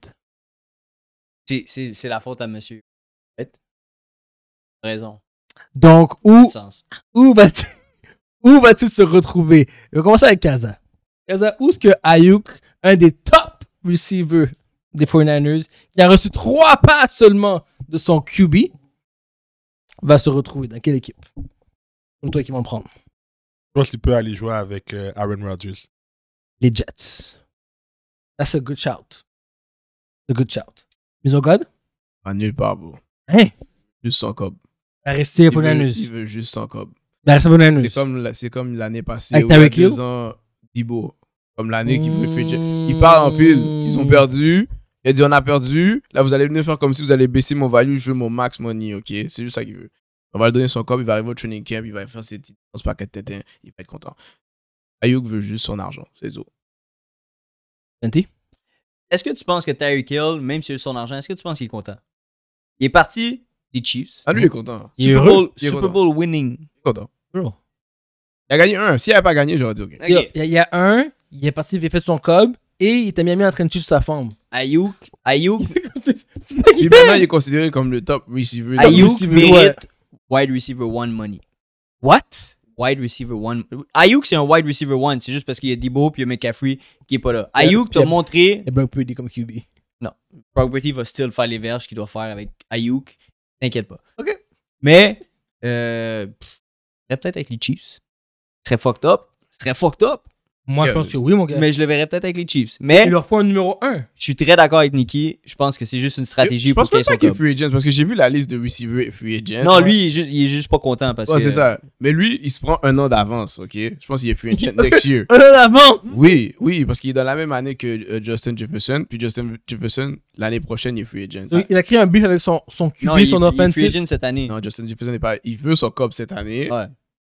C'est- C'est c'est la faute à monsieur. Raison. Donc, où, Sens. où va-t-il où va-t-il se retrouver? On va commencer avec Kaza. Kaza, où est-ce que Ayuk, un des top receivers des forty-niners, qui a reçu trois passes seulement de son Q B, va se retrouver? Dans quelle équipe? C'est toi qui vas le prendre. Je pense qu'il peut aller jouer avec euh, Aaron Rodgers. Les Jets. That's a good shout. A good shout. Miso God? Ah, nulle part, bro. Hein? Juste son cob. Il va rester Il veut, forty-niners. il veut juste son cob. Il va rester C'est forty-niners. comme, la- c'est comme l'année passée. Avec où il y a Tyreek Hill? deux ans, Debo. Comme l'année qui veut faire. Ils parlent en pile. Ils ont perdu. Il a dit on a perdu. Là, vous allez venir faire comme si vous allez baisser mon value, je veux mon max money, ok? C'est juste ça qu'il veut. On va lui donner son cob, il va arriver au training camp, il va faire ses petites paquets de tétins, il va être content. Ayuk veut juste son argent, c'est tout. Fenty? Est-ce que tu penses que Tyreek Hill, même s'il a eu son argent, est-ce que tu penses qu'il est content? Il est parti des Chiefs. Ah, lui, il est content. Il est Super heureux. Bowl, Il est Super content. Bowl winning. Il est content. Bro. Il a gagné un. S'il n'avait pas gagné, j'aurais dit ok. Ok. Il y a- il y, a un, il est parti, il a fait son cob, et il était mis en train de tuer sa femme. Ayuk, Ayuk, C'est ça Puis qu'il maintenant, fait. il est considéré comme le top receiver. Ayuk receiver, mérite wide receiver one money. What? Wide receiver one. Ayuk, c'est un wide receiver one. C'est juste parce qu'il y a Debo puis il y a McCaffrey qui est pas là. Ayuk t'a puis- montré. Et Brock Purdy comme Q B. Brock Purdy va still faire les verges qu'il doit faire avec Ayuk. T'inquiète pas. Ok. Mais, euh. pff, je serais peut-être avec les Chiefs. Ce serait fucked up. Ce serait fucked up. Moi, je Yeah, pense que oui, mon gars. Mais je le verrais peut-être avec les Chiefs. Mais, Il leur faut un numéro un. je suis très d'accord avec Nicky. Je pense que c'est juste une stratégie Je pour pense qu'il pas ait son qu'il est cob. free agent parce que j'ai vu la liste de receivers free agent. Non, lui, il est, juste, il est juste pas content parce Ouais, que. c'est ça. Mais lui, il se prend un an d'avance, ok? Je pense qu'il est free agent next year. Un an d'avance. Oui, oui, parce qu'il est dans la même année que euh, Justin Jefferson. Puis Justin Jefferson, l'année prochaine, il est free agent. Donc, il a créé un beef avec son, son Q B, Non, il, son il est free offensive. agent cette année. Non, Justin Jefferson n'est pas. Il veut son cob cette année. Ouais.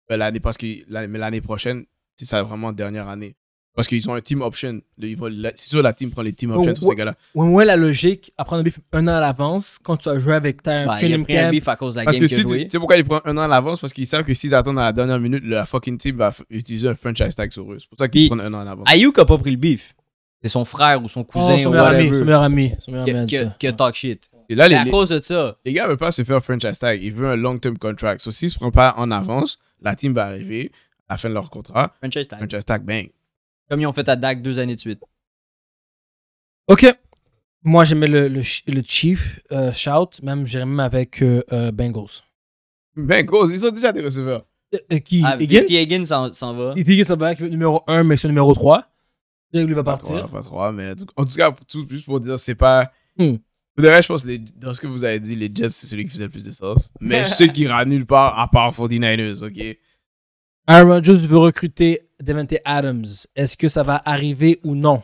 Ben, l'année, parce que l'année, mais l'année prochaine, c'est ça vraiment dernière année. Parce qu'ils ont un team option. Ils vont, la- c'est sûr, la team prend les team options Oh, sur ouais. ces gars-là. Ouais, ouais, la logique, à prendre un beef un an à l'avance, quand tu as joué avec ta Ouais, il a training pris un camp. beef à cause de la Parce game que qu'il a si tu, joué. tu sais pourquoi ils prennent un an à l'avance? Parce qu'ils savent que s'ils attendent à la dernière minute, la fucking team va f- utiliser un franchise tag sur eux. C'est pour ça qu'ils Puis- se prennent un an à l'avance. Ayuk a pas pris le beef. C'est son frère ou son Oh, cousin son ou meilleur ami, whatever son meilleur ami. Son meilleur qui, ami a dit qui- ça. qui a talk shit. Et là, Et les, à les, cause de ça, les gars veulent pas se faire franchise tag. Ils veulent un long-term contract. So, s'ils se prennent pas en avance, la team va arriver à la fin de leur contrat. franchise tag. Franchise tag, bang. Comme ils ont fait à Dak deux années de suite. Ok. Moi, j'aimais le, le, ch- le Chief euh, shout, même j'irais même avec euh, euh, Bengals. Ben, cause, ils ont déjà des receveurs. Euh, euh, qui Ah, Higgins? T. Higgins s'en s'en va. Il dit que ça va être numéro un, mais c'est le numéro trois. Lui va Pas partir. trois, pas trois, mais en tout, en tout cas, pour tout, juste pour dire, c'est pas. Hmm. Pour de vrai, je pense que les- dans ce que vous avez dit, les Jets, c'est celui qui faisait le plus de sens. Mais je sais qu'il ira nulle part à part forty-niners, ok? Aaron Rodgers veut recruter Devante Adams. Est-ce que ça va arriver ou non?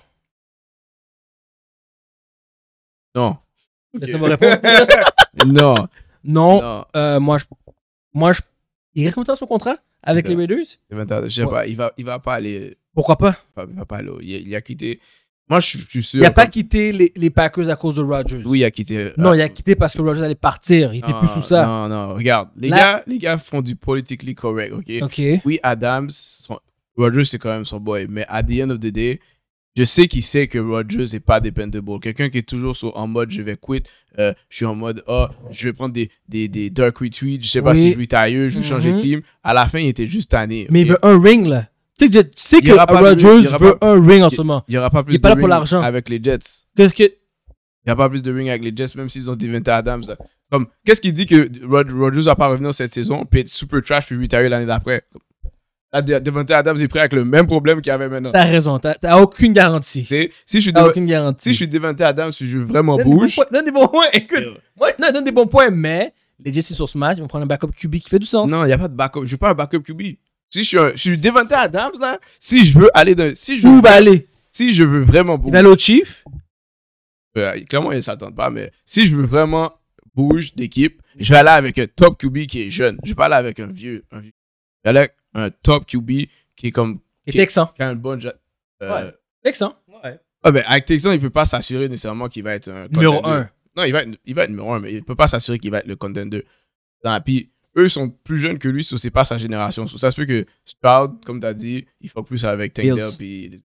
Non. Laissez-moi répondre. non. non. Non. Euh, moi, je, moi, je, il reste combien de temps son contrat avec C'est les ça. Raiders? Je sais Ouais. pas, il va, il va pas aller. Pourquoi pas? Il va pas aller. Il, a- il a quitté. Moi, je suis- je suis sûr. Il n'a pas comme- quitté les, les Packers à cause de Rodgers. Oui, il a quitté. Non, euh, il a quitté parce que Rodgers allait partir. Il était non, plus sous ça. Non, non, regarde. Les, Là- gars, les gars font du politically correct, ok? Ok. Oui, Adams, son- Rodgers, c'est quand même son boy. Mais at the end of the day, je sais qu'il sait que Rodgers n'est pas dependable. Quelqu'un qui est toujours sur, en mode je vais quit, euh, je suis en mode oh, je vais prendre des, des, des dark retweets, je sais pas Oui. si je retire, je vais changer de Mhm. team. À la fin, il était juste tanné. Mais il ok? veut un ring, là. Tu sais que, je- tu sais Il y que aura pas de ring, il Rodgers y aura veut pas- un ring en ce moment. Il n'y aura pas plus Il est pas de là pour ring l'argent. avec les Jets. Qu'est-ce que. Il n'y a pas plus de ring avec les Jets, même s'ils ont Devante Adams. là. Comme, qu'est-ce qui dit que Rod- Rodgers va pas revenir cette saison, puis être super trash, puis retire l'année d'après? Là, De- Devante Adams est prêt avec le même problème qu'il avait maintenant. T'as raison. T'as t'as aucune garantie. Tu sais, si je suis, T'as Deva- aucune garantie. si je suis Devante Adams, puis je veux vraiment Donne des bons bouge, points- Donne des bons points. Écoute. Ouais, non, donne des bons points, mais les Jets, sur ce match, ils vont prendre un backup Q B qui fait du sens. non, il n'y a pas de backup. Je veux pas un backup Q B. Si je suis, un, je suis Devante Adams, là, si je veux aller dans. Si je Où veux, il va aller? si je veux vraiment Il bouger. va aller au Chief? Euh, clairement, ils ne s'attendent pas, mais si je veux vraiment bouge d'équipe, je vais aller avec un top Q B qui est jeune. Je vais pas aller avec un vieux. Un vieux. Je vais aller avec un top Q B qui est comme. Et Qui- Texan. Qui a une bonne. ja- euh, Ouais. Texan. Ouais. ah, ben, avec Texan, il peut pas s'assurer nécessairement qu'il va être un. Numéro contender. un. Non, il va, être, il va être numéro un, mais il peut pas s'assurer qu'il va être le contender. Non, puis eux sont plus jeunes que lui, so c'est pas sa génération. So ça se peut que Stroud, comme tu as dit, il faut plus avec Tank Bills. Dell. Puis...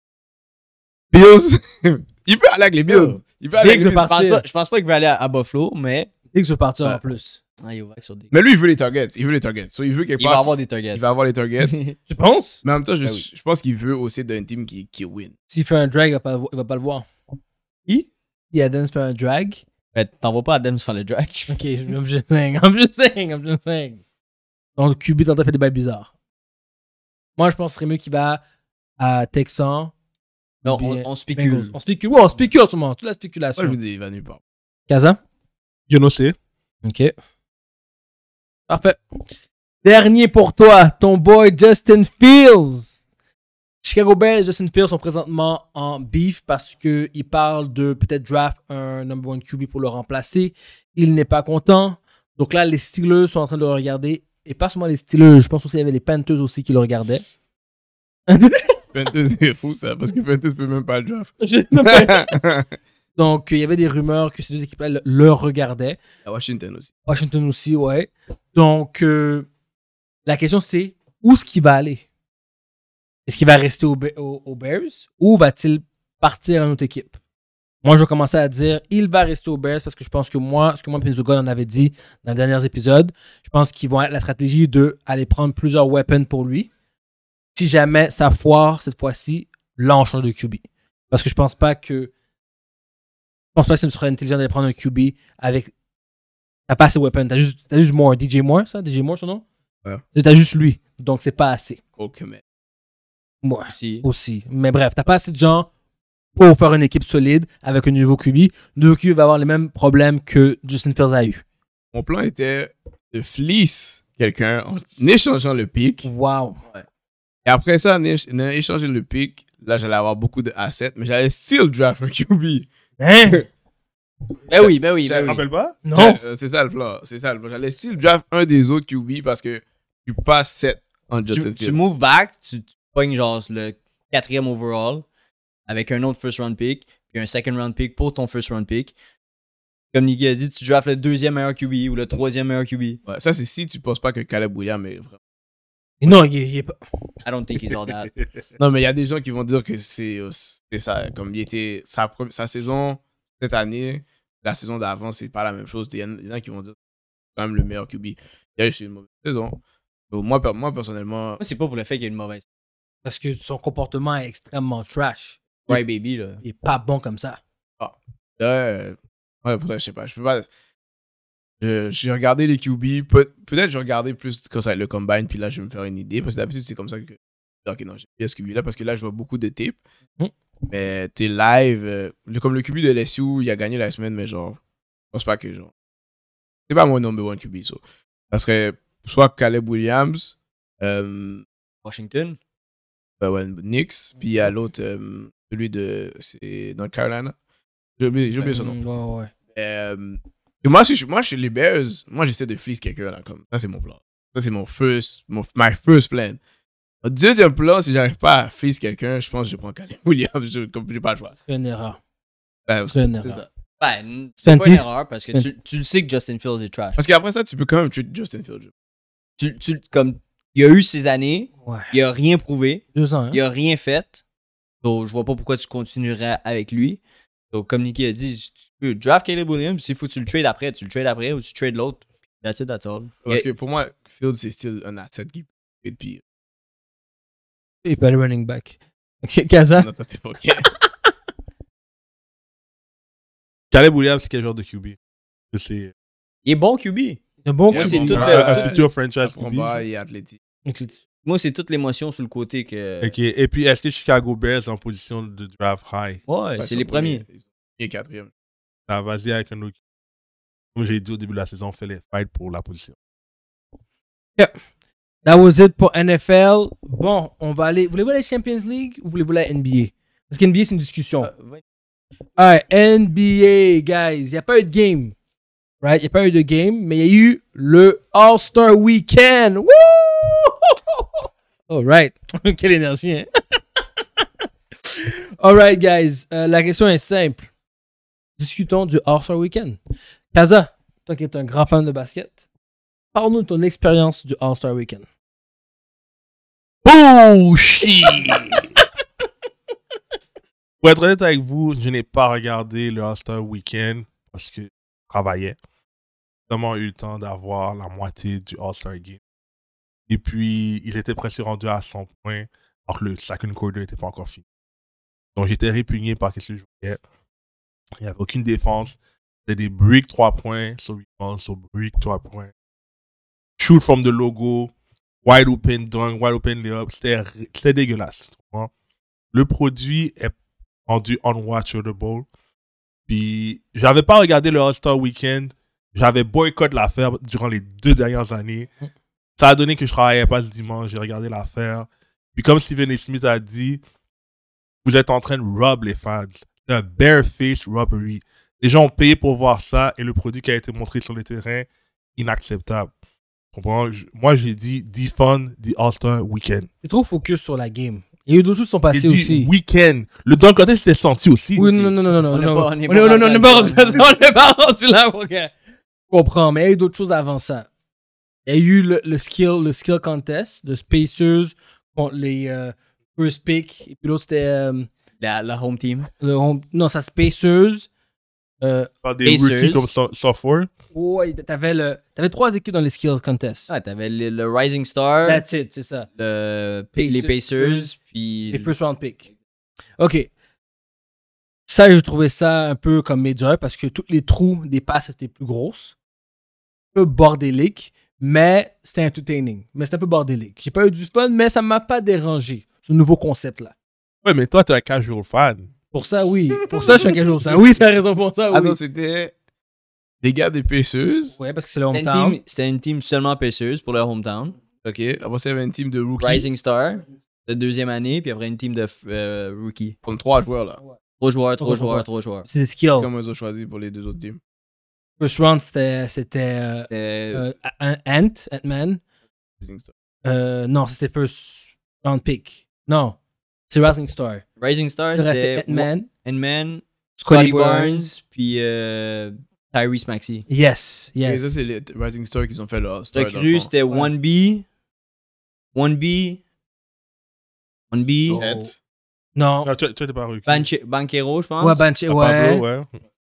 Bills, il peut aller avec les Bills. Il peut aller avec Bills les veut Bills. Je pense partir. pas, je pense pas qu'il va aller à, à Buffalo, mais Dès que je veux partir Ouais. en plus. ah, il est ouvert sur des. Mais lui, il veut les targets. Il veut les targets. So il veut quelque Il part. va avoir des targets. il va avoir les targets. Tu penses? Mais en même temps, je, Ben oui. je pense qu'il veut aussi d'un team qui, qui win. S'il fait un drag, il va pas, il va pas le voir. Qui? Si Adams fait un drag. Ben, t'envoies pas Adams faire le drag. Ok, I'm just saying, I'm just saying, I'm just saying. Donc, Q B tente de faire des bails bizarres. Moi, je pense que ce serait mieux qu'il va à Texan. Non, ou bien on, on spécule. Bengals. On spécule. Ouais, on spécule en ce moment. Toute la Moi, spéculation. je vous dis, il va nulle part. Kaza? You know, c'est. Ok. Parfait. Dernier pour toi, ton boy Justin Fields. Chicago Bears et Justin Fields sont présentement en beef parce qu'ils parlent de peut-être draft un number one Q B pour le remplacer. Il n'est pas content. Donc là, les Steelers sont en train de le regarder. Et pas seulement les Steelers, je pense aussi qu'il y avait les Panthers aussi qui le regardaient. Panthers, c'est fou ça, parce que Panthers peut même pas le draft. Donc, il y avait des rumeurs que ces deux équipes-là le, le regardaient. À Washington aussi. Washington aussi, ouais. Donc, euh, la question c'est, où est-ce qu'il va aller? Est-ce qu'il va rester aux au, au Bears ou va-t-il partir à une autre équipe? Moi, je vais commencer à dire, il va rester aux Bears parce que je pense que moi, ce que moi et Pinzogon en avait dit dans les derniers épisodes, je pense qu'ils vont être la stratégie de aller prendre plusieurs weapons pour lui. Si jamais ça foire cette fois-ci, là, on change de Q B. Parce que je pense pas que je pense pas que ce serait intelligent d'aller prendre un Q B avec. T'as pas assez de weapons. T'as juste, t'as juste Moore. D J Moore, ça? D J Moore, son nom? Ouais. C'est- T'as juste lui. Donc, c'est pas assez. Ok, mais. Ouais, Aussi. aussi. Mais bref, t'as pas assez de gens pour faire une équipe solide avec un nouveau Q B. Le nouveau Q B va avoir les mêmes problèmes que Justin Fields a eu. Mon plan était de fleece quelqu'un en échangeant le pick. Wow. Et après ça, en éch- en échangeant le pick, là, j'allais avoir beaucoup de assets, mais j'allais still draft un Q B. Hein? Ben oui, ben oui, Tu te ben oui. rappelles pas? Non. J'allais- euh, C'est ça le plan. C'est ça le plan. J'allais still draft un des autres Q B parce que tu passes sept en Tu, Justin tu Fields. move back, tu, tu pognes genre le quatrième overall avec un autre first round pick, puis un second round pick pour ton first round pick. Comme Nicky a dit, tu drafts le deuxième meilleur Q B ou le troisième meilleur Q B. Ouais, ça, c'est si tu penses pas que Caleb Williams est vraiment. Et non, il est, il est pas. I don't think he's all that. Non, mais il y a des gens qui vont dire que c'est euh, c'est ça. Comme il était. Sa, pre- sa saison, cette année, la saison d'avant, c'est pas la même chose. Il y, en- il y en a qui vont dire que c'est quand même le meilleur Q B. Il y a eu une mauvaise saison. Donc, moi, per- moi, personnellement. Moi, c'est pas pour le fait qu'il y a une mauvaise. Parce que son comportement est extrêmement trash. Right, baby, là. Il est pas bon comme ça. Ouais, ouais, peut-être, je sais pas. Je peux pas. Je- J'ai regardé les Q B. Peut- Peut-être je vais regarder plus quand ça va être le combine, puis là, je vais me faire une idée. Parce que d'habitude, c'est comme ça que. Ok, non, j'ai bien ce Q B là, parce que là, je vois beaucoup de tapes. Mm. Mais t'es live. euh, le- comme le Q B de L S U, il a gagné la semaine, mais genre. Je pense pas que genre. C'est pas mon number one Q B, ça. Ça serait soit Caleb Williams, euh, Washington. ben ouais, Knicks, puis il y a l'autre, euh, celui de. C'est North Carolina. J'ai oublié, j'ai oublié son nom. Mm, ouais, ouais. Euh, et moi, si je, moi, chez les Bears, moi, j'essaie de fleece quelqu'un, là, comme. Ça, c'est mon plan. Ça, c'est mon first, mon, my first plan. Mon deuxième plan, si j'arrive pas à fleece quelqu'un, je pense que je prends Caleb Williams, je, comme j'ai pas le choix. C'est une erreur. Ben, C'est une C'est erreur. ça. Ben, c'est Fenty. pas une erreur parce que tu, Fenty. tu le sais que Justin Fields est trash. parce qu'après ça, tu peux quand même tuer Justin Fields. Tu, tu, comme, il a eu ses années, Ouais. il a rien prouvé, Deux ans, hein? il a rien fait. Donc, je vois pas pourquoi tu continuerais avec lui. Donc, comme Nicky a dit, tu peux draft Caleb Williams, s'il faut que tu le trades après, tu le trades après ou tu trades l'autre. That's it, that's all. Parce Il- que pour moi, Fields, c'est still un asset qui peut être pire. Il peut aller running back. Ok, Kaza? Non, toi, t'es pas ok. Caleb Williams, c'est quel genre de Q B? C'est il est bon Q B. Un bon Moi, coup. c'est bon, tout bon, le- un, un tout- futur franchise Q B. Combat et athlétique. Moi, c'est toute l'émotion sur le côté que. Ok. Et puis, est-ce que Chicago Bears est en position de draft high? Ouais, Ouais, c'est ils les sont premiers. Ils sont premiers et quatrième. Ah, vas-y avec un autre. Comme j'ai dit au début de la saison, on fait les fights pour la position. That was it pour N F L. Bon, on va aller. Voulez-vous la Champions League ou voulez-vous la N B A? Parce qu'N B A, c'est une discussion. Euh, ouais. Alright, N B A, guys. Il n'y a pas eu de game. Right? Il n'y a pas eu de game, mais il y a eu le All-Star Weekend. Woo! Alright. Quelle énergie, hein? Alright, guys. Euh, la question est simple. Discutons du All-Star Weekend. Kaza, toi qui es un grand fan de basket, parle-nous de ton expérience du All-Star Weekend. Oh shit! Pour être honnête avec vous, je n'ai pas regardé le All-Star Weekend parce que je travaillais. J'ai vraiment eu le temps d'avoir la moitié du All-Star Game. Et puis, ils étaient presque rendus à cent points alors que le second quarter n'était pas encore fini. Donc, j'étais répugné par ce que je voyais. Il n'y avait aucune défense. C'était des brick trois points sur rebound, sur brick trois points. Shoot from the logo, wide open dunk, wide open layup. C'était, c'était dégueulasse. Tu comprends? Le produit est rendu unwatchable. Puis, j'avais pas regardé le All-Star Weekend. J'avais boycott l'affaire durant les deux dernières années. Ça a donné que je travaillais pas ce dimanche. J'ai regardé l'affaire. Puis, comme Stephen A. Smith a dit, vous êtes en train de rob les fans. C'est un bare-faced robbery. Les gens ont payé pour voir ça et le produit qui a été montré sur le terrain, inacceptable. Tu comprends? Je- Moi, j'ai dit defund the All-Star Weekend. C'est trop focus sur la game. Il y a eu d'autres choses qui sont J'ai passées dit aussi. weekend. Le dunk contest c'était senti aussi. Oui, aussi. non, non, non, non, non. On est non. pas- on est On pas est- on est- on est pas rendu rendu- on est pas rendu là. Ok. Je comprends, mais il y a eu d'autres choses avant ça. Il y a eu le, le skill, le skill contest de Spacers contre les euh, first pick. Et puis l'autre, c'était euh, La, la home team. le home- non, ça Spacers. Euh, Par des Pacers. rookies comme so- sophomore. ouais, t'avais le, t'avais trois équipes dans les skill contests. Ah, t'avais le, le Rising Star, That's it, c'est ça. le, Pacers. les Pacers, puis. Les first round pick. OK. Ça, j'ai trouvé ça un peu comme médiocre parce que tous les trous des passes étaient plus grosses. Un peu bordélique, mais c'était entertaining. Mais c'était un peu bordélique. J'ai pas eu du fun, mais ça m'a pas dérangé, ce nouveau concept-là. Ouais, mais toi, t'es un casual fan. Pour ça, oui. Pour ça, je suis un casual fan. Oui, t'as raison pour ça, oui. Ah non, c'était des gars des Pacers. Ouais, parce que c'est le C'était une, hometown. team, c'était une team seulement Pacers pour leur hometown. Ok. Après ça, il y avait une team de rookies. Rising Star, la deuxième année, puis après une team de euh, rookies. Comme trois joueurs, là. Trois joueurs, trois Trois joueurs, joueurs. trois joueurs. C'est des skills. Comme ils ont choisi pour les deux autres teams. First round, c'était, c'était euh, Euh, euh, Ant, Ant-Man. Rising Star. Euh, non, c'était first round pick. Non, c'est Rising Star. Rising Stars, Le reste, c'était c'était Ant-Man, Ant-Man, Scotty Scotty Barnes. Barnes, puis euh, Tyrese Maxey. Yes, Et ça, yes. c'est les Rising Stars qui ont fait le All-Star. T'as dans le cru, fond. c'était Ouais. one B, one B, one B, Oh. Ed. Non. Ah, tu tu étais pas recul. Banche- Banquero, je pense. Ouais, Banche, Ah, ouais. Pablo, ouais.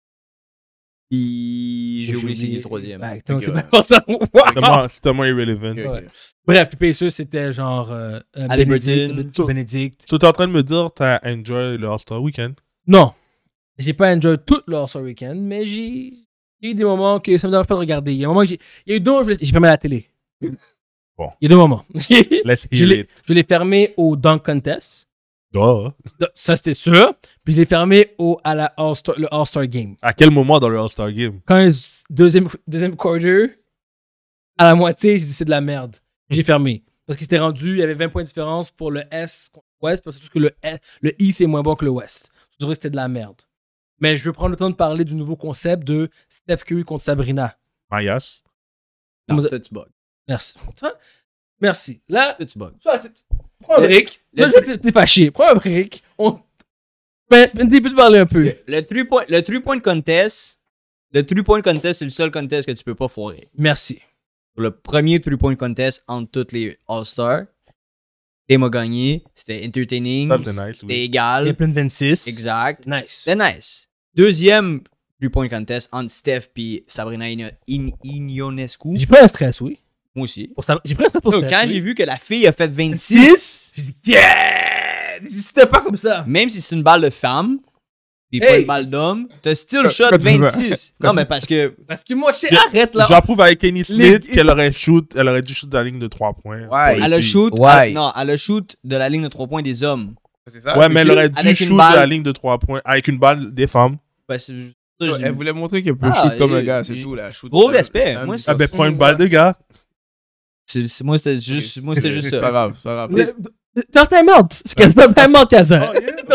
Puis j'ai oublié c'est qui le troisième. Ouais, donc Ok, c'est ouais. pas important. Wow. C'était tellement- C'est tellement irrelevant. Ok, ok. Ouais. Bref, puis Pacers, c'était genre euh, euh, Haliburton. Benedict. Benedict. Tu es en train de me dire t'as enjoy le All-Star Weekend? Non, j'ai pas enjoy tout le All-Star Weekend, mais j'ai j'ai eu des moments que ça me dérange pas de regarder. Il y a un moment que j'ai. Il y a eu deux moments où je l'ai- j'ai fermé la télé. Bon. Il y a deux moments. Let's je hear l'ai it. je l'ai fermé au Dunk Contest. Oh. Ça, c'était sûr. Puis je l'ai fermé au, à la All-Star, le All-Star Game. À quel moment dans le All-Star Game? Quand le deuxième, deuxième quarter, à la moitié, j'ai dit c'est de la merde. J'ai fermé. Parce qu'il s'était rendu, il y avait vingt points de différence pour le S contre l'Ouest, parce que tout que le, S- le East est moins bon que le West. Je dirais que c'était de la merde. Mais je veux prendre le temps de parler du nouveau concept de Steph Curry contre Sabrina. Mayas. Non, Vous- toi, tu bugs. Merci. Toi, merci. Là, Toi, tu bugs. toi, t- prends un Le- break. le- Là, t'es- t'es fâché. Prends un break. On. Ben, un petit peu de parler un peu. Le, le three point, le three point contest, le three point contest, c'est le seul contest que tu peux pas foirer. Merci. Pour le premier three point contest entre toutes les All-Stars, Dame a gagné. C'était entertaining. Ça, c'est nice, C'était oui. Il y a égal. plein de vingt-six. Exact. Nice. C'était nice. Deuxième three point contest entre Steph et Sabrina Ino- In- Ionescu. J'ai pris un stress, oui. Moi aussi. Pour ça- J'ai pris un stress pour Donc, Steph. quand oui. j'ai vu que la fille a fait vingt-six, vingt-six, j'ai dit, yeah! J'ai dit, c'était pas comme ça. même si c'est une balle de femme, puis pas Hey! une balle d'homme, t'as still Quand- shot quand tu veux. vingt-six. Non, mais parce que. Parce que moi, je sais, arrête là. J'approuve avec Kenny Smith Les- qu'elle aurait shoot, elle aurait dû shoot dans la ligne de trois points. Ouais. Pour Elle les a filles. shoot. Ouais. elle- non, elle a shoot de la ligne de trois points des hommes. C'est ça? Ouais, mais elle aurait dû Avec une shoot balle. de la ligne de trois points avec une balle des femmes. Parce que je- Ouais, je- Elle voulait montrer qu'elle peut Ah, shoot comme un euh, gars, c'est j'ai- tout. Là. Shoot, Gros euh, respect. un Moi, petit c'est- Ah ben, sens. prends une balle de gars. c'est- c'est- moi, c'était juste, moi, c'était juste C'est pas ça. grave, c'est pas grave. Le- T'es en time-out. T'es en time-out, Kaza.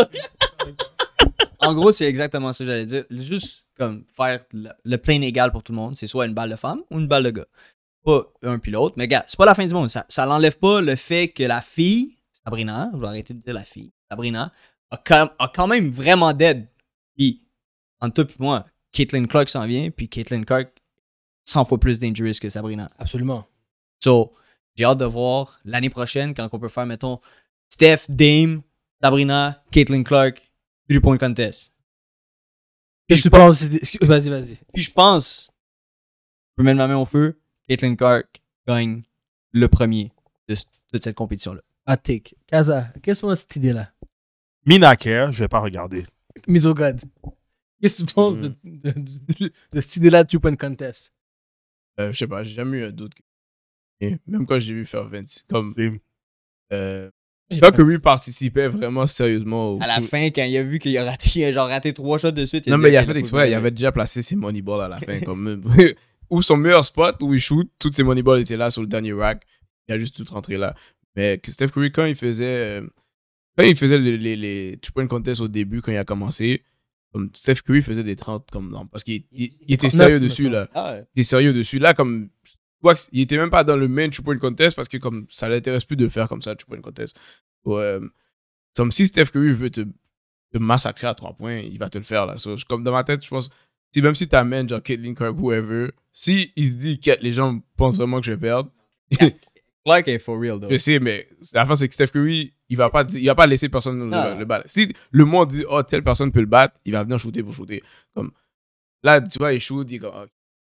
En gros, c'est exactement ça que j'allais dire. Juste comme faire le, le plein égal pour tout le monde. C'est soit une balle de femme ou une balle de gars. Pas un puis l'autre. Mais gars, c'est pas la fin du monde. Ça, ça l'enlève pas le fait que la fille, Sabrina, je vais arrêter de dire la fille, Sabrina, a quand, a quand même vraiment dead. Puis, entre toi et moi, Caitlin Clark s'en vient. Puis Caitlin Clark, cent fois plus dangerous que Sabrina. Absolument. So, j'ai hâte de voir l'année prochaine quand on peut faire, mettons, Steph, Dame, Sabrina, Caitlin Clark, three point contest. Qu'est-ce que tu penses? c'est des- excuse- Vas-y, vas-y. Puis je pense, je peux mettre ma main au feu, Caitlin Clark gagne le premier de c- toute cette compétition-là. Hot take. Kaza, qu'est-ce que tu penses de cette idée-là? Mina Care, je vais pas regarder. Mise au God. Qu'est-ce que tu penses de, de, de- de cette idée-là de two-point contest? Euh, je sais pas, j'ai jamais eu un doute. que- Et même quand j'ai vu faire vingt-six, comme. C'est- Euh, J'ai quand pas Curry participait vraiment sérieusement au. À la fin, quand il a vu qu'il a raté, il a genre raté trois shots de suite. Non, dit, mais il a Ok, fait là, exprès, faut il que- avait déjà placé ses moneyballs à la fin. comme, ou son meilleur spot, où il shoot, toutes ses moneyballs étaient là sur le dernier rack. Il a juste tout rentré là. Mais que Steph Curry, quand il faisait. euh, quand il faisait les, les, les two-point contests au début, quand il a commencé, comme Steph Curry faisait des trente comme non, parce qu'il il, il était trente-neuf, sérieux me dessus semble. là. Ah ouais. Il était sérieux dessus. Là, comme. tu vois qu'il était même pas dans le main two-point contest parce que comme ça l'intéresse plus de le faire comme ça, two-point contest. Ouais. Comme si Steph Curry veut te, te massacrer à trois points, il va te le faire là. So, je- comme dans ma tête, je pense, si, même si t'amènes genre Caitlin Clark, whoever, si il se dit que les gens pensent vraiment que je vais perdre, Clark est for real, though. je sais, mais la fin c'est que Steph Curry, il va pas, dire- il va pas laisser personne le, Ah. le battre. Si le monde dit, oh, telle personne peut le battre, il va venir shooter pour shooter. Comme, là, tu vois, il shoot, il est comme, ok.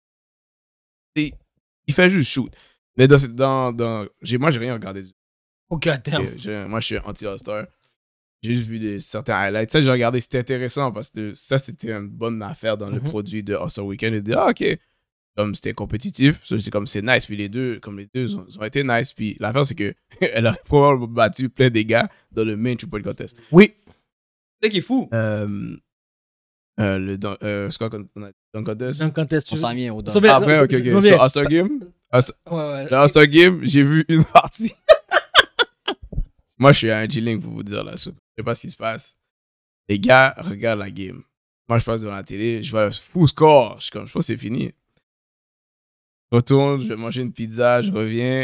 Et il fait juste shoot. Mais dans, dans, dans j'ai, moi, j'ai rien regardé. Oh, goddamn. Et j'ai- moi, je suis anti-All-Star. J'ai juste vu des, certains highlights. Ça, j'ai regardé, c'était intéressant parce que ça, c'était une bonne affaire dans le Mhm. produit de All-Star Weekend. J'ai dit, ah, ok. Comme c'était compétitif, ça, j'étais comme c'est nice. Puis les deux, comme les deux ont, ont été nice. Puis l'affaire, c'est que elle a probablement battu plein des gars dans le main two-point contest. Oui. C'est ça qui est fou. Euh, euh, le dun- euh, c'est quoi qu'on a dit? Dunk contest? Un contest. On tu- s'en vient au Ça dunk. fait- Après, non, ok, c'est- ok. c'est- Sur c'est- All-Star Game, All- Ouais, ouais. le All-Star Game, j'ai vu une partie. Moi, je suis à un G-Link pour vous dire là. Je sais pas ce qui se passe. Les gars regardent la game. Moi, je passe devant la télé, je vois un fou score. Je suis comme, je pense que c'est fini. Je retourne, je vais manger une pizza, je reviens.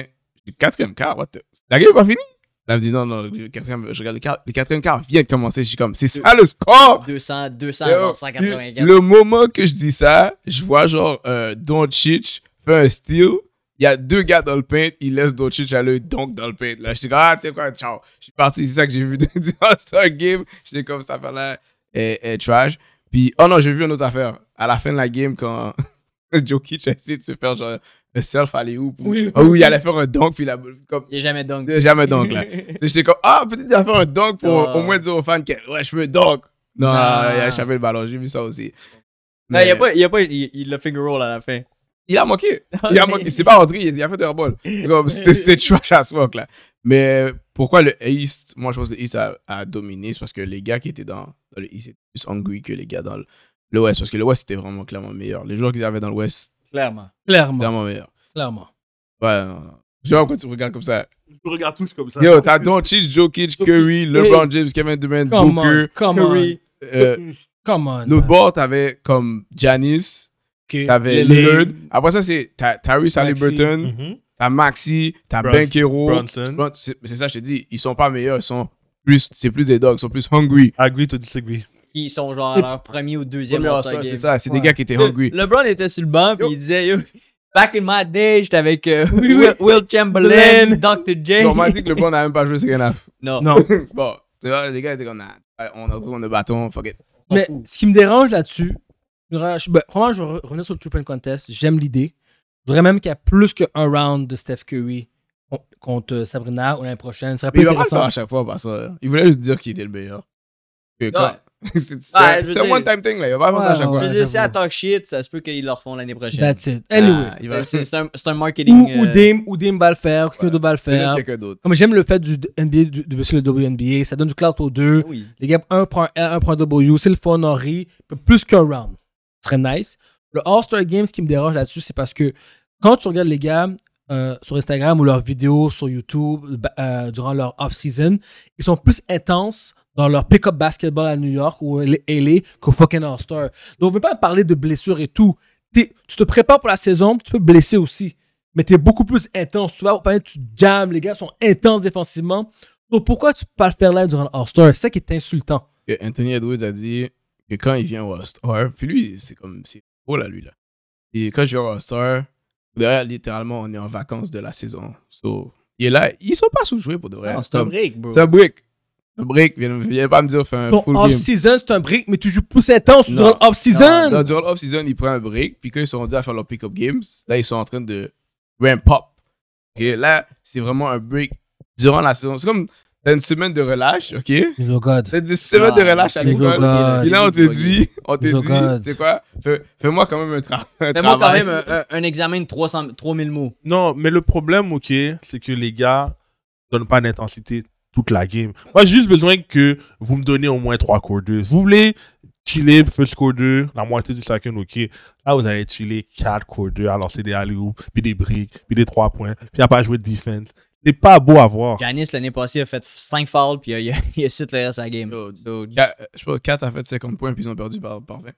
Le quatrième quart, what the... La game n'est pas finie? Elle me dit non, non, le quatrième, je regarde le, quart, le quatrième quart vient de commencer. Je suis comme, c'est ça le score! deux cents, deux cents, Yo, cent quatre-vingt-quatre. Le moment que je dis ça, je vois genre euh, Doncic fait un steal. Il y a deux gars dans le paint, il laisse Doncic aller donc dans le paint. Là, j'étais comme, ah, tu sais quoi, ciao. Je suis parti, c'est ça que j'ai vu du All-Star Game. J'étais comme, cette affaire-là est, est trash. Puis, oh non, j'ai vu une autre affaire. À la fin de la game, quand Jokic a essayé de se faire genre un self alley oop. Oui. Oh, oui, il allait faire un dunk, puis il a comme. Il n'y a jamais dunk. Jamais dunk, là. J'étais comme, ah, peut-être il va faire un dunk pour Non. au moins dire aux fans que, ouais, je veux dunk. Non, Non. il a échappé le ballon, j'ai vu ça aussi. Non, il y a pas, il y a pas, il, il a finger roll à la fin. Il a manqué. Il a manqué. C'est pas rentré, il a fait un rebond. Comme, C'était c'était trash as fuck, là. Mais pourquoi le East, moi je pense que le East a, a dominé, c'est parce que les gars qui étaient dans, dans le East étaient plus hungry que les gars dans le, le West. Parce que le West était vraiment clairement meilleur. Les joueurs qu'ils avaient dans le West, Clairement. Clairement. clairement meilleurs. Clairement. Ouais, non, non. Je sais pas pourquoi tu me regardes comme ça. Je regarde tous comme ça. Yo, t'as Doncic, Jokic, Curry, LeBron James, Kevin Durant, Come Booker. on. Come Curry. Euh, on. Come on. L'autre man. bord, t'avais comme Giannis, Ok. t'avais Lillard. Lillard. Après ça, c'est t'as Tyrese Haliburton, Mhm. t'as Maxi, t'as Brunson. Banchero. Brunson. Brun- C'est c'est ça, je te dis, ils sont pas meilleurs, ils sont plus, c'est plus des dogs, ils sont plus hungry. Agree to disagree. Ils sont genre à leur premier ou deuxième Premier All-Star All-Star, game. c'est ça, c'est Ouais. des gars qui étaient Le- hungry. LeBron était sur le banc, puis Yo. il disait, yo, back in my day, j'étais avec euh, Oui, oui. Will, Will Chamberlain, Chamberlain. docteur J. Non, on m'a dit que LeBron n'a même pas joué second half. Non. Non. Bon, tu vois, les gars étaient comme, nah, on a on a bâton, fuck it. Mais ce qui me dérange là-dessus, je, ben, vraiment, je vais re- revenir sur le two-point contest. J'aime l'idée. Je voudrais même qu'il y ait plus qu'un round de Steph Curry con- contre Sabrina ou l'année prochaine. Ce serait Mais pas il va pas le faire intéressant. à chaque fois, par ça. Il voulait juste dire qu'il était le meilleur. Que quand- Ouais. C'est c'est Ouais, un- je veux c'est un dire- one-time thing, là. Il va pas faire ça à chaque Ouais, fois. Je veux ouais. dire, si elle j'avoue. talk shit, ça se peut qu'ils le refont l'année prochaine. That's it. Anyway. Ah, il va C'est c'est un, c'est un ou, marketing. ou euh, Dame, ou Dame va le faire, quelqu'un d'autre va le Peut-être faire. quelqu'un d'autre. Comme j'aime le fait du N B A, du, du versus le W N B A, ça donne du clout aux deux. Oui. Les gars, un prend L, un prend W, c'est le fun, on rit. Plus qu'un round. Ce serait nice. Le All-Star Game, ce qui me dérange là-dessus, c'est parce que quand tu regardes les gars euh, sur Instagram ou leurs vidéos sur YouTube euh, durant leur off-season, ils sont plus intenses dans leur pick-up basketball à New York ou L A qu'au fucking All-Star. Donc, on ne veut pas parler de blessures et tout. T'es- tu te prépares pour la saison, tu peux blesser aussi. Mais tu es beaucoup plus intense. Tu vas au panier, tu jammes, les gars sont intenses défensivement. Donc, pourquoi tu peux pas le faire là durant l'All-Star? C'est ça qui est insultant. Que Anthony Edwards a dit que quand il vient au All-Star, puis lui, c'est comme, c'est beau là, lui, là. Et quand je viens au All-Star, derrière, littéralement, on est en vacances de la saison. So, il est là, ils sont pas sous-joués pour de vrai. Non, c'est un Comme- break, bro. C'est un break. Un break, viens, viens pas me dire, fais un Ton full game. off-season, c'est un break, mais tu joues plus intense Non. durant l'off-season. Non, durant l'off-season, ils prennent un break, puis quand ils sont rendus à faire leurs pick-up games, là, ils sont en train de ramp up. Ok, là, c'est vraiment un break durant la saison. C'est comme, t'as une semaine de relâche, ok? Oh God. T'as une semaine Ah, de relâche à les l'école. gars, Puis là, on te les dit, on te les dit, gars. tu sais quoi? Fais- Fais-moi quand même un, tra- un Fais-moi quand travail. même un, un- un examen de trois cents trois mille mots. Non, mais le problème, ok, c'est que les gars donnent pas d'intensité toute la game. Moi, j'ai juste besoin que vous me donnez au moins trois quarters. Vous voulez chiller first quarter, la moitié du second, ok. Là, vous allez chiller quatre quarters à lancer des alley-oops, puis des briques, puis des trois points, puis à pas jouer de defense. C'est pas beau à voir. Giannis, l'année passée, a fait cinq fouls, puis il a, il a sit le reste de la game. Yo, So, Ca- Je sais pas, Kat a fait cinquante points, puis ils ont perdu par, par vingt.